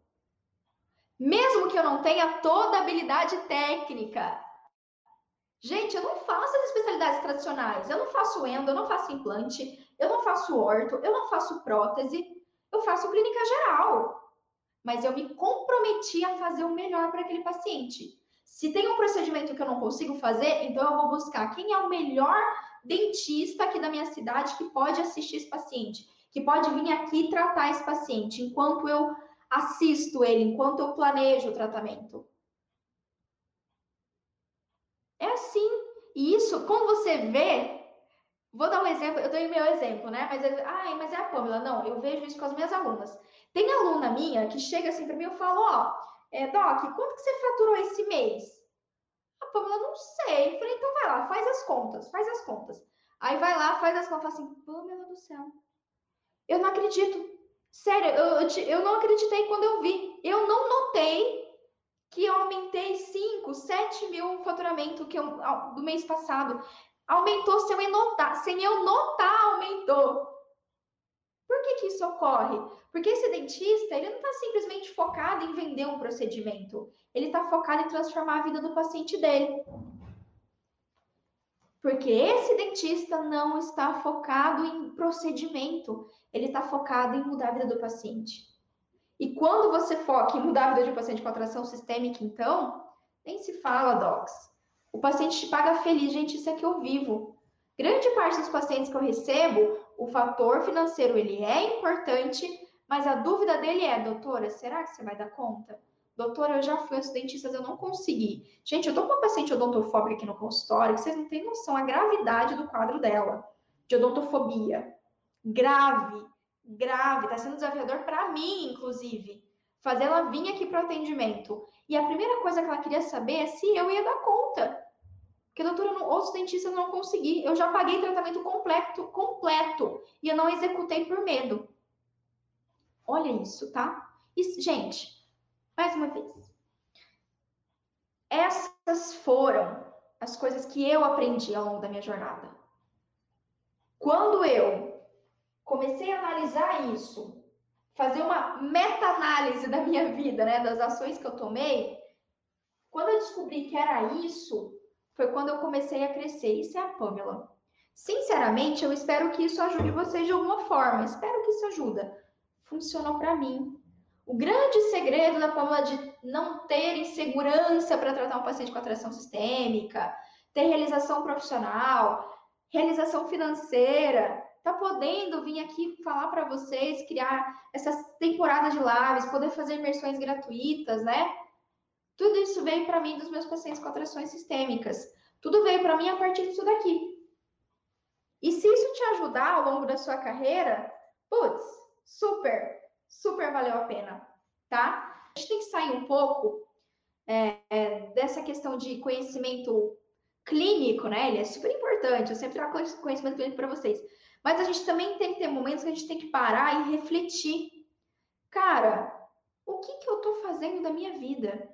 Mesmo que eu não tenha toda a habilidade técnica. Gente, eu não faço as especialidades tradicionais. Eu não faço endo, eu não faço implante, eu não faço orto, eu não faço prótese, eu faço clínica geral. Mas eu me comprometi a fazer o melhor para aquele paciente. Se tem um procedimento que eu não consigo fazer, então eu vou buscar quem é o melhor dentista aqui da minha cidade que pode assistir esse paciente, que pode vir aqui tratar esse paciente, enquanto eu assisto ele, enquanto eu planejo o tratamento. É assim. E isso, quando você vê, Vou dar um exemplo, eu dei o meu exemplo, né? Mas, eu, ai, mas é a Pamela. Não, eu vejo isso com as minhas alunas. Tem aluna minha que chega assim para mim e eu falo, ó, é, Doc, quanto que você faturou esse mês? A Pamela, não sei. Eu falei, então vai lá, faz as contas, faz as contas. Aí vai lá, faz as contas, fala assim, Pamela do céu, eu não acredito. Sério, eu, eu, te- eu não acreditei quando eu vi. Eu não notei que eu aumentei cinco, sete mil o faturamento que eu, do mês passado. Aumentou sem eu notar, sem eu notar, aumentou. Por que que isso ocorre? Porque esse dentista, ele não está simplesmente focado em vender um procedimento. Ele está focado em transformar a vida do paciente dele. Porque esse dentista não está focado em procedimento. Ele está focado em mudar a vida do paciente. E quando você foca em mudar a vida de um paciente com atração sistêmica, então, nem se fala, docs. O paciente te paga feliz, gente, isso é que eu vivo. Grande parte dos pacientes que eu recebo, o fator financeiro ele é importante, mas a dúvida dele é, doutora, será que você vai dar conta? Doutora, eu já fui aos dentistas, eu não consegui. Gente, eu tô com uma paciente odontofóbica aqui no consultório, que vocês não têm noção a gravidade do quadro dela, de odontofobia. Grave, grave, tá sendo desafiador para mim, inclusive, fazer ela vir aqui para o atendimento. E a primeira coisa que ela queria saber é se eu ia dar conta. Porque, doutora, não, outros dentistas não consegui. Eu já paguei tratamento completo, completo, e eu não executei por medo. Olha isso, tá? E, gente, mais uma vez, essas foram as coisas que eu aprendi ao longo da minha jornada. Quando eu comecei a analisar isso, fazer uma meta-análise da minha vida, né, das ações que eu tomei, quando eu descobri que era isso, foi quando eu comecei a crescer. Isso é a Pamela. Sinceramente, eu espero que isso ajude vocês de alguma forma. Espero que isso ajuda. Funcionou para mim. O grande segredo da Pamela de não ter insegurança para tratar um paciente com atração sistêmica, ter realização profissional, realização financeira, tá podendo vir aqui falar para vocês, criar essas temporadas de lives, poder fazer imersões gratuitas, né? Tudo isso veio para mim dos meus pacientes com atrações sistêmicas. Tudo veio para mim a partir disso daqui. E se isso te ajudar ao longo da sua carreira, putz, super, super valeu a pena, tá? A gente tem que sair um pouco é, é, dessa questão de conhecimento clínico, né? Ele é super importante, eu sempre trago conhecimento clínico para vocês. Mas a gente também tem que ter momentos que a gente tem que parar e refletir. Cara, o que, que eu tô fazendo da minha vida?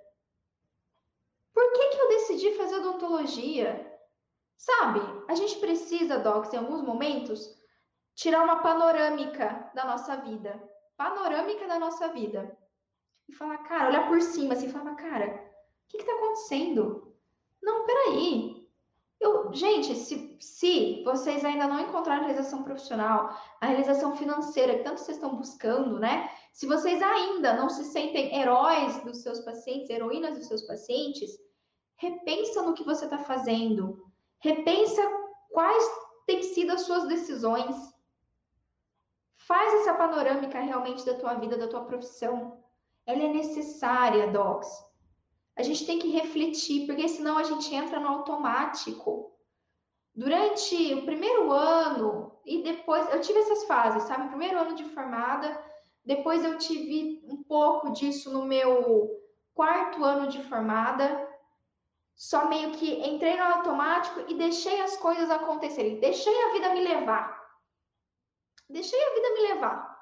Por que, que eu decidi fazer odontologia? Sabe, a gente precisa, Docs, em alguns momentos, tirar uma panorâmica da nossa vida. Panorâmica da nossa vida. E falar, cara, olhar por cima assim, e falar, cara, o que está acontecendo? Não, peraí. Eu, gente, se, se vocês ainda não encontraram a realização profissional, a realização financeira que tanto vocês estão buscando, né? Se vocês ainda não se sentem heróis dos seus pacientes, heroínas dos seus pacientes, repensa no que você está fazendo. Repensa quais têm sido as suas decisões. Faz essa panorâmica realmente da tua vida, da tua profissão. Ela é necessária, Docs. A gente tem que refletir, porque senão a gente entra no automático. Durante o primeiro ano e depois, eu tive essas fases, sabe? Primeiro ano de formada, depois eu tive um pouco disso no meu quarto ano de formada. Só meio que entrei no automático e deixei as coisas acontecerem. Deixei a vida me levar. Deixei a vida me levar.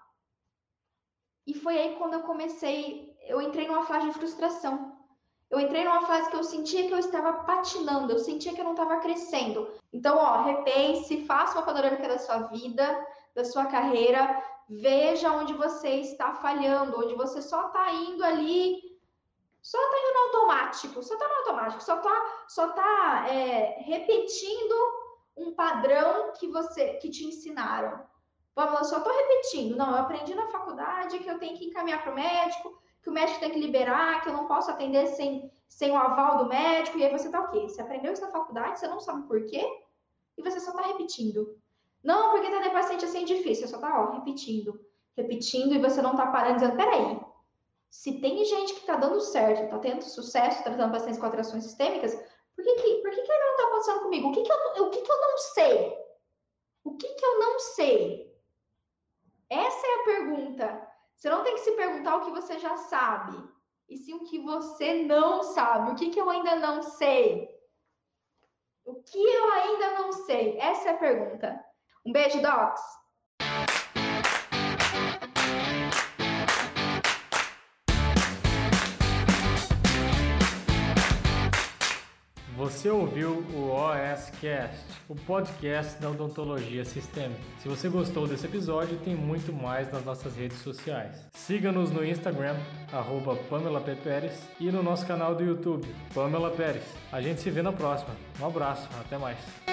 E foi aí quando eu comecei, eu entrei numa fase de frustração. Eu entrei numa fase que eu sentia que eu estava patinando, eu sentia que eu não estava crescendo. Então, ó, repense, faça uma panorâmica da sua vida, da sua carreira, veja onde você está falhando, onde você só está indo ali, só está indo no automático, só está no automático, só está só tá, é, repetindo um padrão que você que te ensinaram. Vamos, eu só estou repetindo. Não, eu aprendi na faculdade que eu tenho que encaminhar para o médico, que o médico tem que liberar, que eu não posso atender sem, sem o aval do médico. E aí você tá o quê? Você aprendeu isso na faculdade, você não sabe por quê, e você só está repetindo. Não, porque atender paciente assim é difícil. Você só está repetindo, repetindo, e você não está parando dizendo, peraí, se tem gente que está dando certo, está tendo sucesso tratando pacientes com atrações sistêmicas, por que, que, por que, que não está acontecendo comigo? O que, que, eu, o que, que eu não sei? O que que eu não sei? Essa é a pergunta. Você não tem que se perguntar o que você já sabe, e sim o que você não sabe. O que que eu ainda não sei? O que eu ainda não sei? Essa é a pergunta. Um beijo, Docs! Você ouviu o OSCast, o podcast da odontologia sistêmica. Se você gostou desse episódio, tem muito mais nas nossas redes sociais. Siga-nos no Instagram, arroba Pamela P. Pérez, e no nosso canal do YouTube, Pamela Pérez. A gente se vê na próxima. Um abraço, até mais.